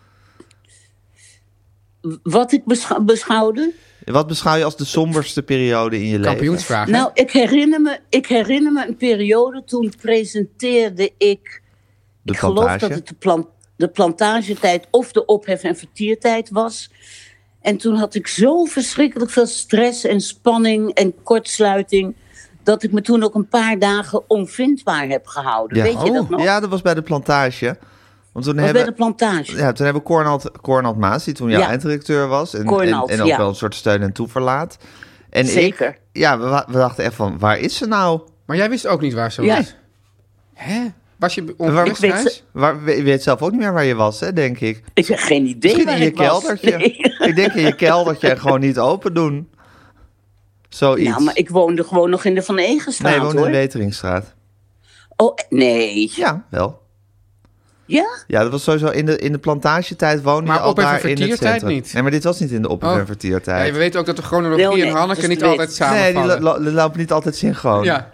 Wat ik beschouwde? Wat beschouw je als de somberste periode in je leven? Kampioensvraag. Nou, ik herinner me een periode toen presenteerde ik... De ik geloof plantage? dat het de plantagetijd of de ophef- en vertiertijd was. En toen had ik zo verschrikkelijk veel stress en spanning en kortsluiting... dat ik me toen ook een paar dagen onvindbaar heb gehouden. Ja. Weet je dat nog? Ja, dat was bij de plantage. Want toen bij de plantage? Ja, toen hebben Cornald Maas, die toen jouw einddirecteur was... en ook wel een soort steun en toeverlaat. En zeker. We dachten echt van, waar is ze nou? Maar jij wist ook niet waar ze was? Hè? Was je ongerust? Je weet zelf ook niet meer waar je was, hè, denk ik. Ik heb geen idee Misschien waar in je ik was. keldertje. Nee. Ik denk in je keldertje en gewoon niet open doen. Zoiets. Nou, maar ik woonde gewoon nog in de Van Egenstraat, Nee, ik woonde hoor. in de Weteringstraat. Oh, nee. Ja, wel. Ja? Ja, dat was sowieso in de plantagetijd woonde je al daar in het centrum. Niet. Nee, maar dit was niet in de ophef- en vertiertijd. Ja, we weten ook dat de chronologie en Hanneke niet altijd samenvallen. Nee, die lopen niet altijd synchroon. Ja.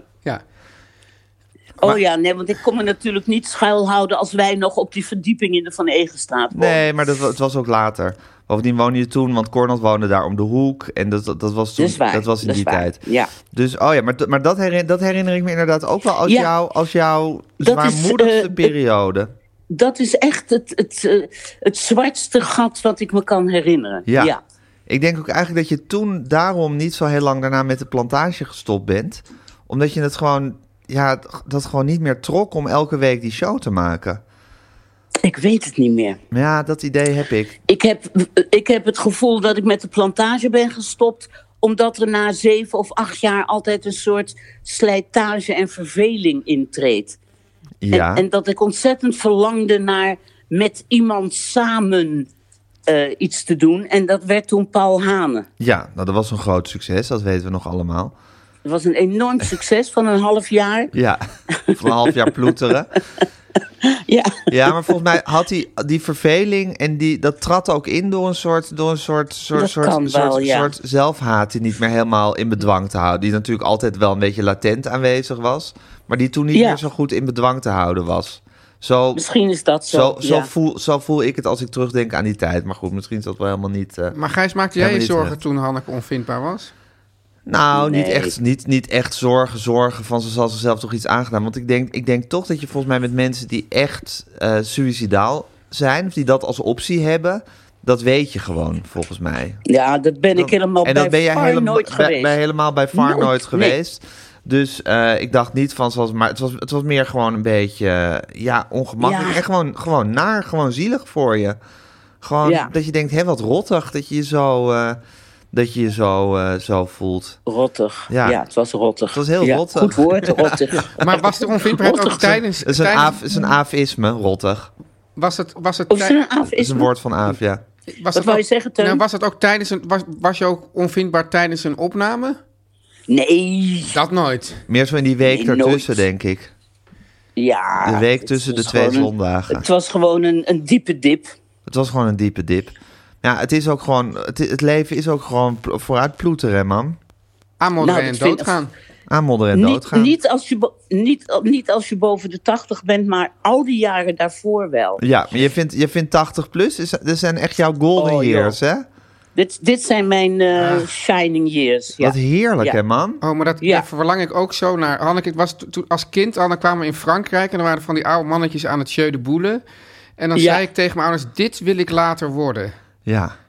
Want ik kon me natuurlijk niet schuilhouden als wij nog op die verdieping in de Van Egenstraat woonden. Nee, maar het was ook later. Bovendien woonde je toen, want Cornald woonde daar om de hoek. En dat was toen, dat was in die tijd. Ja. Dus, maar dat herinner ik me inderdaad ook wel als jouw zwaarmoedigste periode. Dat is echt het zwartste gat wat ik me kan herinneren. Ja. Ik denk ook eigenlijk dat je toen daarom niet zo heel lang daarna met de plantage gestopt bent. Omdat je het gewoon... Ja, dat gewoon niet meer trok om elke week die show te maken. Ik weet het niet meer. Ja, dat idee heb ik. Ik heb het gevoel dat ik met de plantage ben gestopt... omdat er na 7 of 8 jaar altijd een soort slijtage en verveling intreedt. Ja. En dat ik ontzettend verlangde naar met iemand samen iets te doen. En dat werd toen Paul Hane. Ja, nou, dat was een groot succes, dat weten we nog allemaal. Het was een enorm succes van een half jaar. Ja, van een half jaar ploeteren. Ja. Ja, maar volgens mij had hij die verveling en dat trad ook in door een soort zelfhaat die niet meer helemaal in bedwang te houden. Die natuurlijk altijd wel een beetje latent aanwezig was, maar die toen niet meer zo goed in bedwang te houden was. Misschien is dat zo. Zo voel ik het als ik terugdenk aan die tijd. Maar goed, misschien is dat wel helemaal niet... maar Gijs, maakte jij je zorgen toen Hanneke onvindbaar was? Nou, niet echt zorgen van ze zal zichzelf toch iets aangedaan. Want ik denk toch dat je volgens mij met mensen die echt suïcidaal zijn... of die dat als optie hebben, dat weet je gewoon, volgens mij. Ja, dat ben ik helemaal bij VAR nooit geweest. Helemaal bij VAR nooit geweest. Nee. Dus ik dacht niet van... Maar het was meer gewoon een beetje ongemakkelijk. Ja. En gewoon naar, gewoon zielig voor je. Gewoon dat je denkt, wat rottig dat je je zo voelt. Rottig. Ja, het was rottig. Het was heel rottig. Goed woord, rottig. Maar was de onvindbaarheid ook tijdens... Het is een aafisme, rottig. Was het een aafisme? Het is een woord van aaf, ja. Wat wou je zeggen, Teun? Nou, was het ook was je ook onvindbaar tijdens een opname? Nee. Dat nooit. Meer zo in die week ertussen, denk ik. Ja. De week tussen de 2 zondagen. Het was gewoon een diepe dip. Het was gewoon een diepe dip. Ja, het is ook gewoon... Het leven is ook gewoon vooruit ploeteren, man. Aanmodderen en doodgaan. Aanmodderen en doodgaan. Niet als je boven de 80 bent, maar al die jaren daarvoor wel. Ja, maar je vindt 80 plus, dat zijn echt jouw golden years, hè? Dit zijn mijn shining years. Ja. Wat heerlijk, hè, man? Oh, maar dat verlang ik ook zo naar. Hanneke, ik was toen als kind, kwamen we in Frankrijk... en er waren van die oude mannetjes aan het Jeu de Boule. En dan zei ik tegen mijn ouders, dit wil ik later worden. Ja.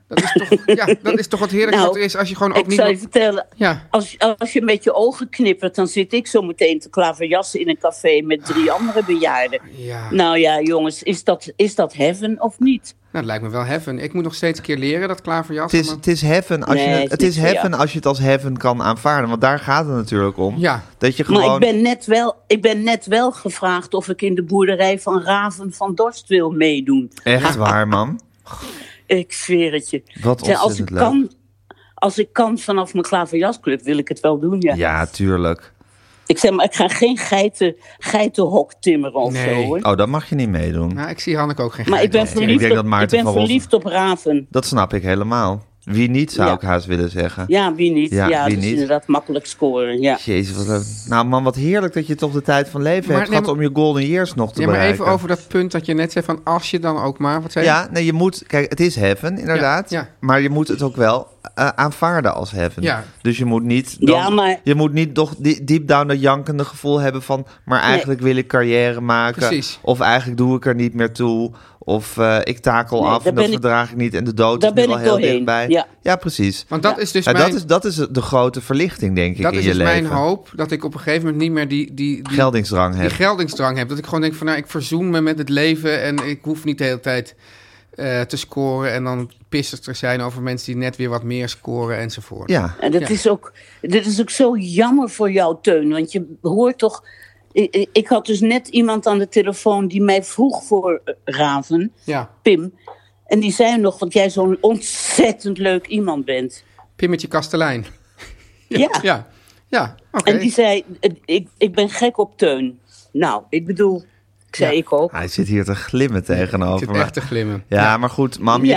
Dat is toch wat heerlijkste wat er is als je gewoon ook niet... Ik zal je vertellen, als je met je ogen knippert, dan zit ik zo meteen te klaverjassen in een café met 3 andere bejaarden. Ja. Nou ja, jongens, is dat heaven of niet? Nou, dat lijkt me wel heaven. Ik moet nog steeds een keer leren, dat klaverjassen. Het is heaven als als je het als heaven kan aanvaarden. Want daar gaat het natuurlijk om. Ja. Dat je gewoon... Maar ik ben net wel gevraagd of ik in de boerderij van Raven van Dorst wil meedoen. Echt waar, man? Ik zweer het je. Wat ontzettend leuk. Als ik kan vanaf mijn klaverjasclub, wil ik het wel doen, ja. Ja, tuurlijk. Ik zeg maar, ik ga geen geitenhok timmeren of zo, hoor. Oh, dat mag je niet meedoen. Nou, ik zie Hanneke ook geen Maar ik ben verliefd op Raven. Dat snap ik helemaal. Wie niet, zou ik haast willen zeggen. Ja, wie niet. Ja, wie dus niet. inderdaad makkelijk scoren, ja. Jezus, wat leuk. Nou man, wat heerlijk dat je toch de tijd van leven hebt gehad om je golden years nog te bereiken. Maar even over dat punt dat je net zei van als je dan ook maar, wat zei je? Ja, nee, je moet, kijk, het is heaven inderdaad, maar je moet het ook wel aanvaarden als heaven. Ja. Dus je moet niet, je moet niet toch deep down dat jankende gevoel hebben van, maar eigenlijk wil ik carrière maken. Precies. Of eigenlijk doe ik er niet meer toe. Of ik takel af en dat verdraag ik niet. En de dood is nu al heel dichtbij. Ja, precies. Want dat is dus dat is de grote verlichting, denk ik, in je leven. Dat is dus mijn hoop, dat ik op een gegeven moment niet meer die geldingsdrang heb. Die geldingsdrang heb. Dat ik gewoon denk van, nou, ik verzoen me met het leven en ik hoef niet de hele tijd te scoren en dan pissig te zijn over mensen die net weer wat meer scoren enzovoort. Ja. En dit is ook zo jammer voor jou, Teun, want je hoort toch... Ik had dus net iemand aan de telefoon die mij vroeg voor Raven, Pim. En die zei nog, want jij zo'n ontzettend leuk iemand bent. Pimmetje Kastelein. Ja. Ja, oké. En die zei, ik ben gek op Teun. Nou, ik bedoel... Zei ik ook. Hij zit hier te glimmen tegenover. Ik zit echt te glimmen. Ja, maar goed, mam,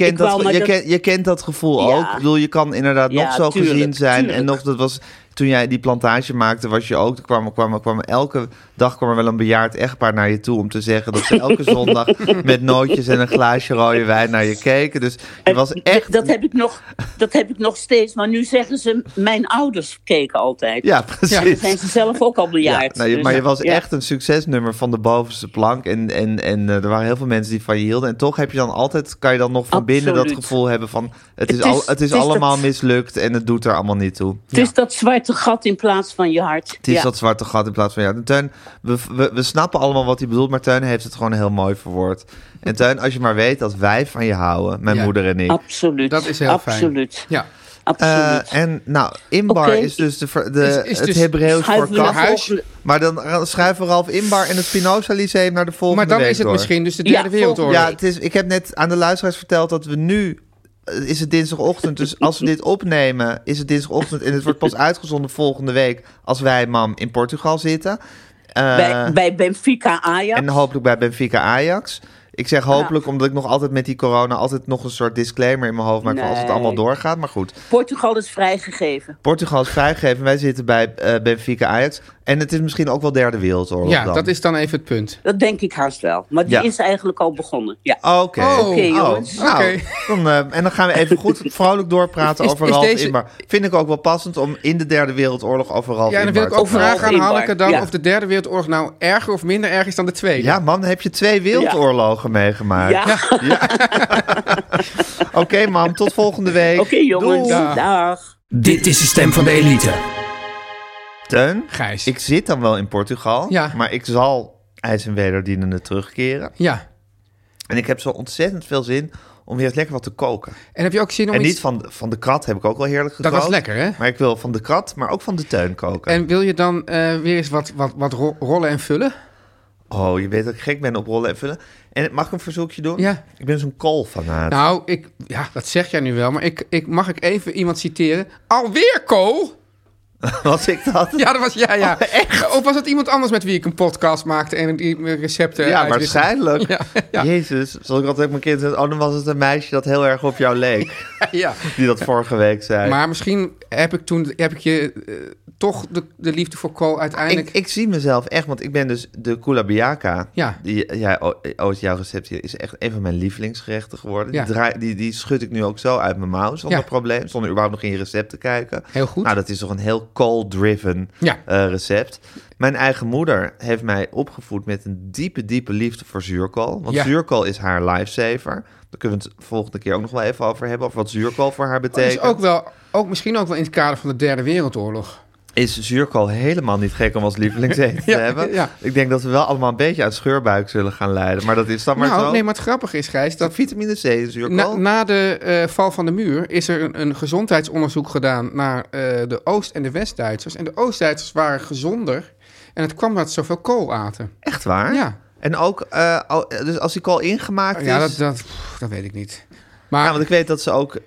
je kent dat gevoel ook. Ik bedoel, je kan inderdaad nog zo gezien zijn. Tuurlijk. En nog, dat was... Toen jij die plantage maakte, was je ook... elke dag kwam er wel een bejaard echtpaar naar je toe... om te zeggen dat ze elke zondag met nootjes en een glaasje rode wijn naar je keken. Dus je was echt... Dat heb ik nog steeds. Maar nu zeggen ze, mijn ouders keken altijd. Ja, precies. Ja, dan zijn ze zelf ook al bejaard. Ja, maar je was echt een succesnummer van de bovenste plank. En er waren heel veel mensen die van je hielden. En toch heb je dan altijd... kan je dan nog van binnen dat gevoel hebben van... Het is allemaal mislukt en het doet er allemaal niet toe. Het is dat zwarte gat in plaats van je hart. Het is dat zwarte gat in plaats van je hart. En Teun, we snappen allemaal wat hij bedoelt, maar Teun heeft het gewoon heel mooi verwoord. En Teun, als je maar weet dat wij van je houden, mijn moeder en ik. Absoluut. Dat is heel fijn. Ja. Absoluut. En nou, Inbar is dus het Hebreeuws voor kat. Maar dan schuiven we Ralf Inbar en het Spinoza Lyceum naar de volgende week. Maar dan is het misschien dus de derde wereldoorlog. Ja, ik heb net aan de luisteraars verteld dat we nu... is het dinsdagochtend, dus als we dit opnemen... is het dinsdagochtend en het wordt pas uitgezonden volgende week... als wij, mam, in Portugal zitten. Bij Benfica Ajax. En hopelijk bij Benfica Ajax. Ik zeg hopelijk, omdat ik nog altijd met die corona... altijd nog een soort disclaimer in mijn hoofd maak... van als het allemaal doorgaat, maar goed. Portugal is vrijgegeven. Wij zitten bij Benfica Ajax... En het is misschien ook wel derde wereldoorlog dan. Dat is dan even het punt. Dat denk ik haast wel. Maar die is eigenlijk al begonnen. Ja. Oké, jongens. En dan gaan we even goed vrolijk doorpraten over Ralf Inbar. Vind ik ook wel passend om in de derde wereldoorlog over Ralf Inbar te praten. Ja, dan wil ik ook vragen aan Hanneke dan of de derde wereldoorlog nou erger of minder erg is dan de tweede. Ja, man, heb je 2 wereldoorlogen meegemaakt. Ja. Oké, mam, tot volgende week. Oké, jongens. Dag. Dit is de stem van de elite. Teun, Gijs. Ik zit dan wel in Portugal, maar ik zal IJs en wederdienende terugkeren. Ja. En ik heb zo ontzettend veel zin om weer eens lekker wat te koken. En heb je ook zin om niet van de krat heb ik ook wel heerlijk gekookt. Dat was lekker, hè? Maar ik wil van de krat, maar ook van de Teun koken. En wil je dan weer eens wat rollen en vullen? Oh, je weet dat ik gek ben op rollen en vullen. En mag ik een verzoekje doen? Ja. Ik ben zo'n koolfanaat. Nou, dat zeg jij nu wel, maar mag ik even iemand citeren? Alweer kool? Was ik dat? Ja, dat was jij, ja. Oh, echt? Of was het iemand anders met wie ik een podcast maakte en die recepten Ja, waarschijnlijk. Ja. Jezus, zoals ik altijd mijn kind zei, dan was het een meisje dat heel erg op jou leek. Ja. Die dat vorige week zei. Maar misschien heb ik je toch de liefde voor kool uiteindelijk... Ik zie mezelf echt, want ik ben dus de kulabiaka. Ja. Jouw recept hier is echt een van mijn lievelingsgerechten geworden. Ja. Die schud ik nu ook zo uit mijn mouw, zonder probleem. Zonder überhaupt nog in je recept te kijken. Heel goed. Nou, dat is toch een heel coal-driven recept. Mijn eigen moeder heeft mij opgevoed met een diepe liefde voor zuurkool. Want zuurkool is haar lifesaver. Daar kunnen we het volgende keer ook nog wel even over hebben. Of wat zuurkool voor haar betekent. Dus misschien ook wel in het kader van de Derde Wereldoorlog. Is zuurkool helemaal niet gek om als lievelingseten te hebben. Ja. Ik denk dat we wel allemaal een beetje uit scheurbuik zullen gaan lijden. Maar dat is dan maar zo. Nee, maar het grappige is, Gijs, dat vitamine C in zuurkool. Na de val van de muur is er een gezondheidsonderzoek gedaan naar de Oost- en de West-Duitsers. En de Oost-Duitsers waren gezonder. En het kwam omdat ze zoveel kool aten. Echt waar? Ja. En ook, dus als die kool ingemaakt is... Ja, dat weet ik niet. Maar, want ik weet dat ze ook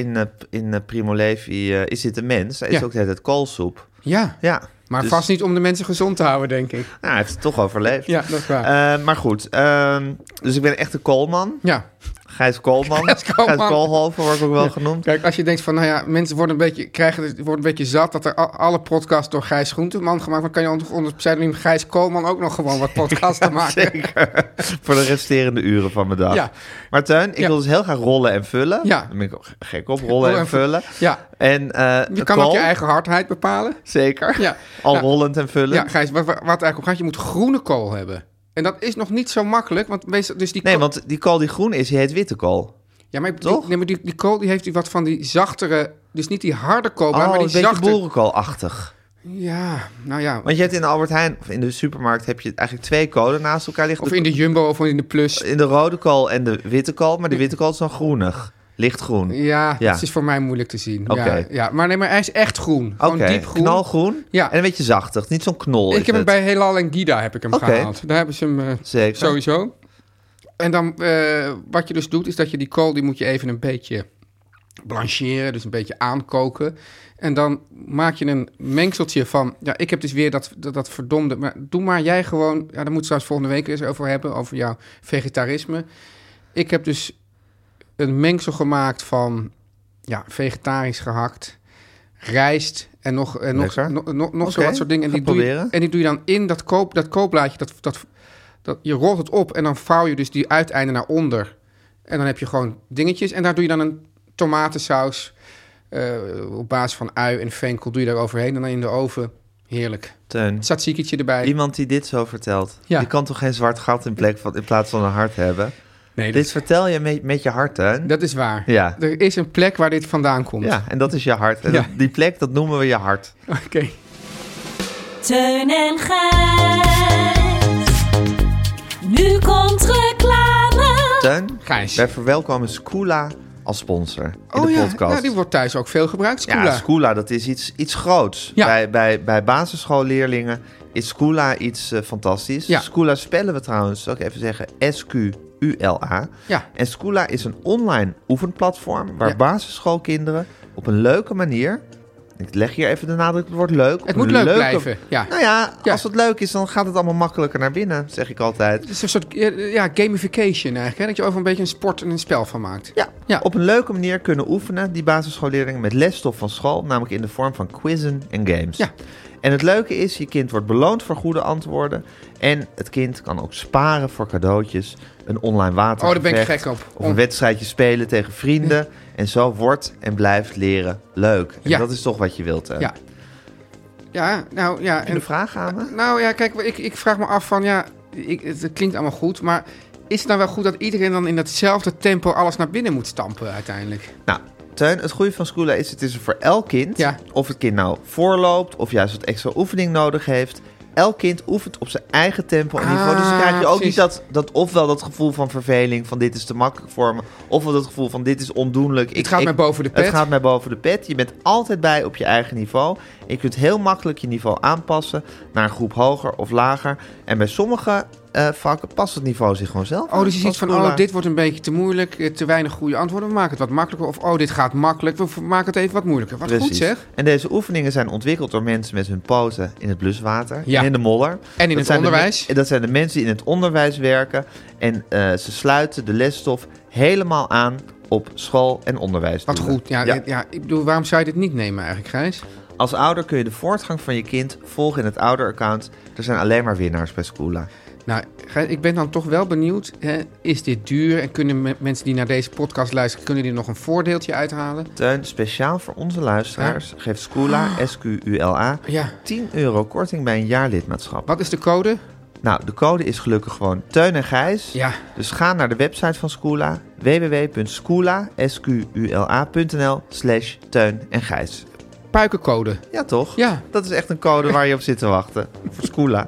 in Primo Levi is dit een mens. Hij is ook de hele tijd koolsoep. Ja. Maar dus, vast niet om de mensen gezond te houden, denk ik. Nou, hij heeft het toch overleefd. Ja, dat is waar. Maar goed, dus ik ben echt een koolman. Ja. Gijs Koolman. Gijs Koolhoven wordt ook wel genoemd. Kijk, als je denkt van, mensen worden een beetje zat dat er alle podcasts door Gijs Groenteman gemaakt worden, kan je onder pseudoniem Gijs Koolman ook nog gewoon wat podcasts maken. Zeker. Voor de resterende uren van mijn dag. Ja. Maar Teun, ik wil dus heel graag rollen en vullen. Ja. Daar ben ik ook gek op, rollen en vullen. Ja. En, je kan ook je eigen hardheid bepalen. Zeker. Ja. Rollend en vullen. Ja, Gijs, wat eigenlijk om gaat, je moet groene kool hebben. En dat is nog niet zo makkelijk, want meestal... Dus want die kool die groen is, die heet witte kool. Ja, maar die kool die heeft wat van die zachtere... Dus niet die harde kool, maar die zachte... een beetje boerenkoolachtig. Ja, nou ja. Want je hebt in de Albert Heijn, of in de supermarkt, heb je eigenlijk 2 kolen naast elkaar liggen. Of in de Jumbo of in de Plus. In de rode kool en de witte kool, maar de witte kool is dan groenig. Lichtgroen. Ja, dat is voor mij moeilijk te zien. Okay. Ja, maar hij is echt groen. Gewoon diep groen. Knalgroen. Ja. En een beetje zachtig. Niet zo'n knol. Ik heb hem bij Helal en Gida heb ik hem gehaald. Daar hebben ze hem zeker. Sowieso. En dan wat je dus doet, is dat je die kool, die moet je even een beetje blancheren. Dus een beetje aankoken. En dan maak je een mengseltje van... Ja, ik heb dus weer dat verdomde... Maar doe maar jij gewoon... Ja, daar moeten we straks volgende week eens over hebben. Over jouw vegetarisme. Ik heb dus een mengsel gemaakt van vegetarisch gehakt, rijst en nog zo wat soort dingen. En die doe je dan in dat koopblaadje. Je rolt het op en dan vouw je dus die uiteinden naar onder. En dan heb je gewoon dingetjes. En daar doe je dan een tomatensaus op basis van ui en venkel. Doe je daar overheen en dan in de oven. Heerlijk. Teun. Tsatsiketje erbij. Iemand die dit zo vertelt, die kan toch geen zwart gat in plaats van een hart hebben? Nee, dit vertel je met je hart, hè? Dat is waar. Ja. Er is een plek waar dit vandaan komt. Ja, en dat is je hart. En die plek, dat noemen we je hart. Oké. Teun en Gijs. Nu komt reclame. Teun, Gijs. wij verwelkomen Skoola als sponsor in de podcast. Ja, die wordt thuis ook veel gebruikt, Skoola. Ja, Skoola, dat is iets groots. Ja. Bij basisschoolleerlingen is Skoola iets fantastisch. Ja. Skoola spellen we trouwens, zal ik even zeggen, SQULA. Ja. En Skoola is een online oefenplatform waar basisschoolkinderen op een leuke manier... Ik leg hier even de nadruk op het woord leuk. Het moet leuk blijven, ja. Nou ja, als het leuk is, dan gaat het allemaal makkelijker naar binnen, zeg ik altijd. Het is een soort gamification eigenlijk, hè? Dat je over een beetje een sport en een spel van maakt. Ja, op een leuke manier kunnen oefenen die basisschoolleerlingen met lesstof van school, namelijk in de vorm van quizzen en games. Ja. En het leuke is, je kind wordt beloond voor goede antwoorden. En het kind kan ook sparen voor cadeautjes, een online watergevecht. Daar ben ik gek op. Of een wedstrijdje spelen tegen vrienden. Ja. En zo wordt en blijft leren leuk. En dat is toch wat je wilt, hè? Ja. Ja, nou ja. En de vraag aan me? Nou ja, kijk, ik vraag me af van, het klinkt allemaal goed, maar is het nou wel goed dat iedereen dan in datzelfde tempo alles naar binnen moet stampen uiteindelijk? Nou, Teun, het goede van Skoola is, het is er voor elk kind. Ja. Of het kind nou voorloopt of juist wat extra oefening nodig heeft. Elk kind oefent op zijn eigen tempo en niveau. Dus dan krijg je ook niet dat ofwel dat gevoel van verveling, van dit is te makkelijk voor me, ofwel dat gevoel van dit is ondoenlijk. Het gaat mij boven de pet. Het gaat mij boven de pet. Je bent altijd bij op je eigen niveau. Je kunt heel makkelijk je niveau aanpassen naar een groep hoger of lager. En bij sommige vakken past het niveau zich gewoon zelf aan. Dus je ziet van, dit wordt een beetje te moeilijk, te weinig goede antwoorden. We maken het wat makkelijker. Of, dit gaat makkelijk, we maken het even wat moeilijker. Wat Precies. Goed zeg. En deze oefeningen zijn ontwikkeld door mensen met hun poten in het bluswater. En in de modder. En in het onderwijs. Dat zijn de mensen die in het onderwijs werken. En ze sluiten de lesstof helemaal aan op school- en onderwijs. Wat goed. Ja, ik bedoel, waarom zou je dit niet nemen eigenlijk, Gijs? Als ouder kun je de voortgang van je kind volgen in het ouder-account. Er zijn alleen maar winnaars bij Skoola. Nou, ik ben dan toch wel benieuwd. Is dit duur? En kunnen mensen die naar deze podcast luisteren... kunnen die nog een voordeeltje uithalen? Teun, speciaal voor onze luisteraars... geeft Scula, S-Q-U-L-A... €10 korting bij een jaarlidmaatschap. Wat is de code? Nou, de code is gelukkig gewoon Teun en Gijs. Ja. Dus ga naar de website van Scula... www.scula.nl/Teun en Gijs. Puikencode. Ja, toch? Ja. Dat is echt een code waar je op zit te wachten. Voor Scula.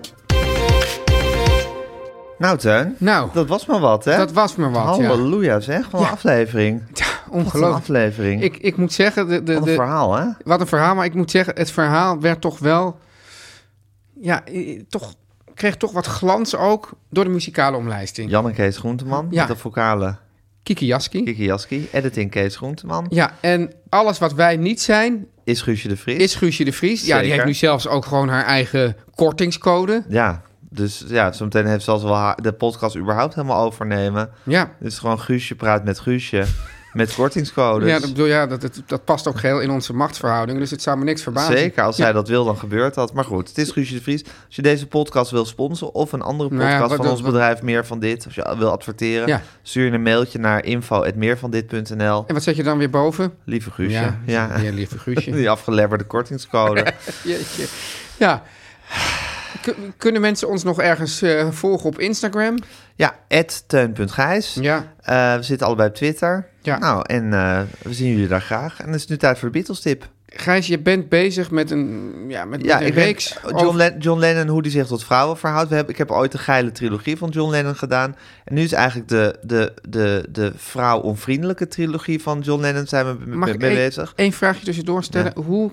Nou, Teun. Nou. Dat was maar wat, hè? Dat was maar wat, Halleluja, zeg. Wat een aflevering. Ja, ongelooflijk. Wat een aflevering. Ik moet zeggen... Wat een verhaal, hè? Wat een verhaal, maar ik moet zeggen... het verhaal werd toch wel... Ja, kreeg toch wat glans ook... door de muzikale omlijsting. Jan en Kees Groenteman. Met de vocale... Kiki Jaski. Editing Kees Groenteman. Ja, en alles wat wij niet zijn... Is Guusje de Vries. Ja, die heeft nu zelfs ook gewoon haar eigen kortingscode. Ja, dus ja, zometeen heeft ze zelfs wel de podcast überhaupt helemaal overnemen. Ja. Dus gewoon Guusje praat met Guusje. Met kortingscodes. Ja, dat past ook geheel in onze machtsverhoudingen. Dus het zou me niks verbazen. Zeker, als zij dat wil, dan gebeurt dat. Maar goed, het is Guusje de Vries. Als je deze podcast wil sponsoren of een andere podcast van ons bedrijf Meer van Dit, als je wil adverteren, stuur je een mailtje naar info@meervandit.nl. En wat zet je dan weer boven? Lieve Guusje. Ja, lieve Guusje. Die afgeleverde kortingscode. Ja. Kunnen mensen ons nog ergens volgen op Instagram? Ja, @teun.gijs. Ja. We zitten allebei op Twitter. Ja. Nou, en we zien jullie daar graag. En het is nu tijd voor de Beatles-tip. Gijs, je bent bezig met een reeks. John Lennon, hoe die zich tot vrouwen verhoudt. Ik heb ooit de geile trilogie van John Lennon gedaan. En nu is eigenlijk de vrouw-onvriendelijke trilogie van John Lennon zijn we mee bezig. Eén vraagje tussendoor stellen. Ja. Hoe,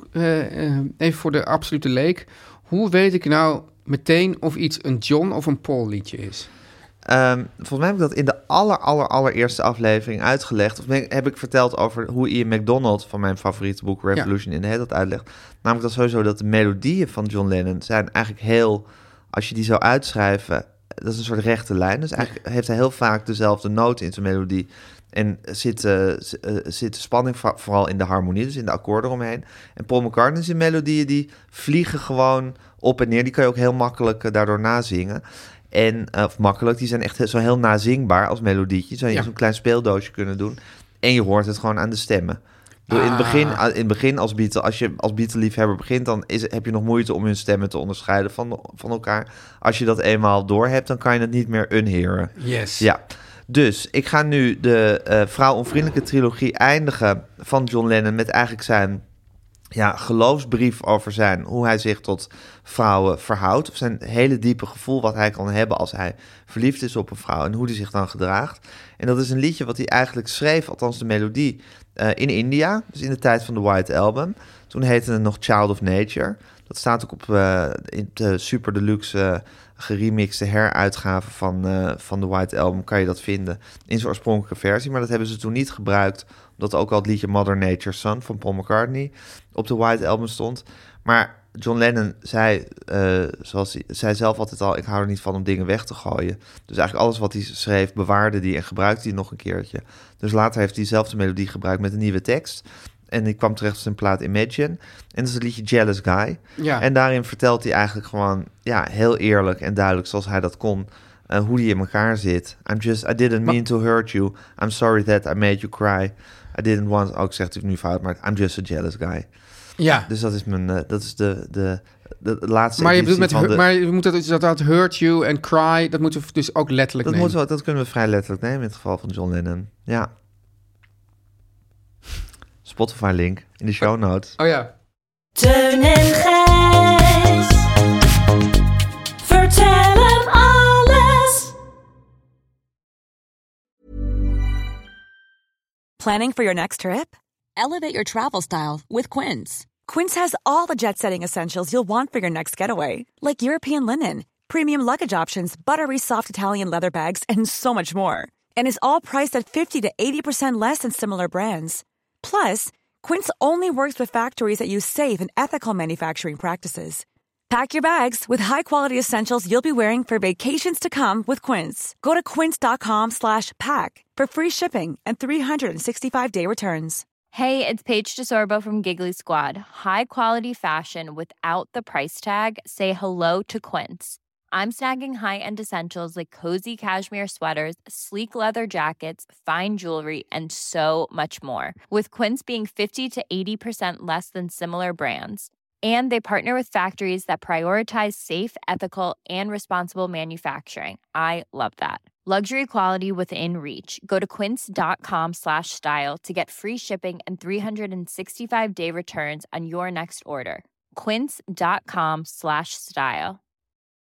even voor de absolute leek. Hoe weet ik nou meteen of iets een John of een Paul liedje is? Volgens mij heb ik dat in de allereerste aflevering uitgelegd. Of heb ik verteld over hoe Ian MacDonald van mijn favoriete boek Revolution in the Head dat uitlegt. Namelijk dat sowieso dat de melodieën van John Lennon zijn eigenlijk heel... Als je die zou uitschrijven, dat is een soort rechte lijn. Dus eigenlijk heeft hij heel vaak dezelfde noten in zijn melodie. En zit de spanning vooral in de harmonie, dus in de akkoorden omheen. En Paul McCartney zijn melodieën, die vliegen gewoon op en neer. Die kan je ook heel makkelijk daardoor nazingen. Of makkelijk, die zijn echt zo heel nazingbaar als melodietjes. Zou je zo'n klein speeldoosje kunnen doen. En je hoort het gewoon aan de stemmen. In het begin als je als Beatle-liefhebber begint, dan heb je nog moeite om hun stemmen te onderscheiden van elkaar. Als je dat eenmaal door hebt, dan kan je het niet meer unhearen. Yes. Ja. Dus ik ga nu de vrouw-onvriendelijke trilogie eindigen van John Lennon met eigenlijk zijn geloofsbrief over hoe hij zich tot vrouwen verhoudt. Of zijn hele diepe gevoel wat hij kan hebben als hij verliefd is op een vrouw en hoe hij zich dan gedraagt. En dat is een liedje wat hij eigenlijk schreef, althans de melodie, in India. Dus in de tijd van de White Album. Toen heette het nog Child of Nature. Dat staat ook op in de super deluxe geremixte heruitgave van de White Album. Kan je dat vinden in zijn oorspronkelijke versie. Maar dat hebben ze toen niet gebruikt, omdat ook al het liedje Mother Nature's Son van Paul McCartney op de White Album stond. Maar John Lennon zei, zoals hij zei zelf altijd al, ik hou er niet van om dingen weg te gooien. Dus eigenlijk alles wat hij schreef, bewaarde hij en gebruikte hij nog een keertje. Dus later heeft hij diezelfde melodie gebruikt met een nieuwe tekst. En ik kwam terecht op zijn plaat Imagine. En dat is het liedje Jealous Guy. Ja. En daarin vertelt hij eigenlijk gewoon heel eerlijk en duidelijk, zoals hij dat kon, hoe die in elkaar zit. I didn't mean to hurt you. I'm sorry that I made you cry. I didn't want... ik zeg het nu fout, maar I'm just a jealous guy. Ja. Dus dat is dat is de laatste. Maar je bedoelt maar je moet dat hurt you en cry, dat moeten we dus ook letterlijk nemen. Dat kunnen we vrij letterlijk nemen in het geval van John Lennon. Ja. Spotify-link in de show notes. Oh ja. Teun en Gijs. Vertel hem alles. Planning for your next trip? Elevate your travel style with Quince. Quince has all the jet-setting essentials you'll want for your next getaway, like European linen, premium luggage options, buttery soft Italian leather bags, and so much more. And is all priced at 50 to 80% less than similar brands. Plus, Quince only works with factories that use safe and ethical manufacturing practices. Pack your bags with high-quality essentials you'll be wearing for vacations to come with Quince. Go to quince.com/pack for free shipping and 365-day returns. Hey, it's Paige DeSorbo from Giggly Squad. High quality fashion without the price tag. Say hello to Quince. I'm snagging high-end essentials like cozy cashmere sweaters, sleek leather jackets, fine jewelry, and so much more. With Quince being 50 to 80% less than similar brands. And they partner with factories that prioritize safe, ethical, and responsible manufacturing. I love that. Luxury quality within reach. Go to quince.com/style to get free shipping and 365-day returns on your next order. Quince.com/style.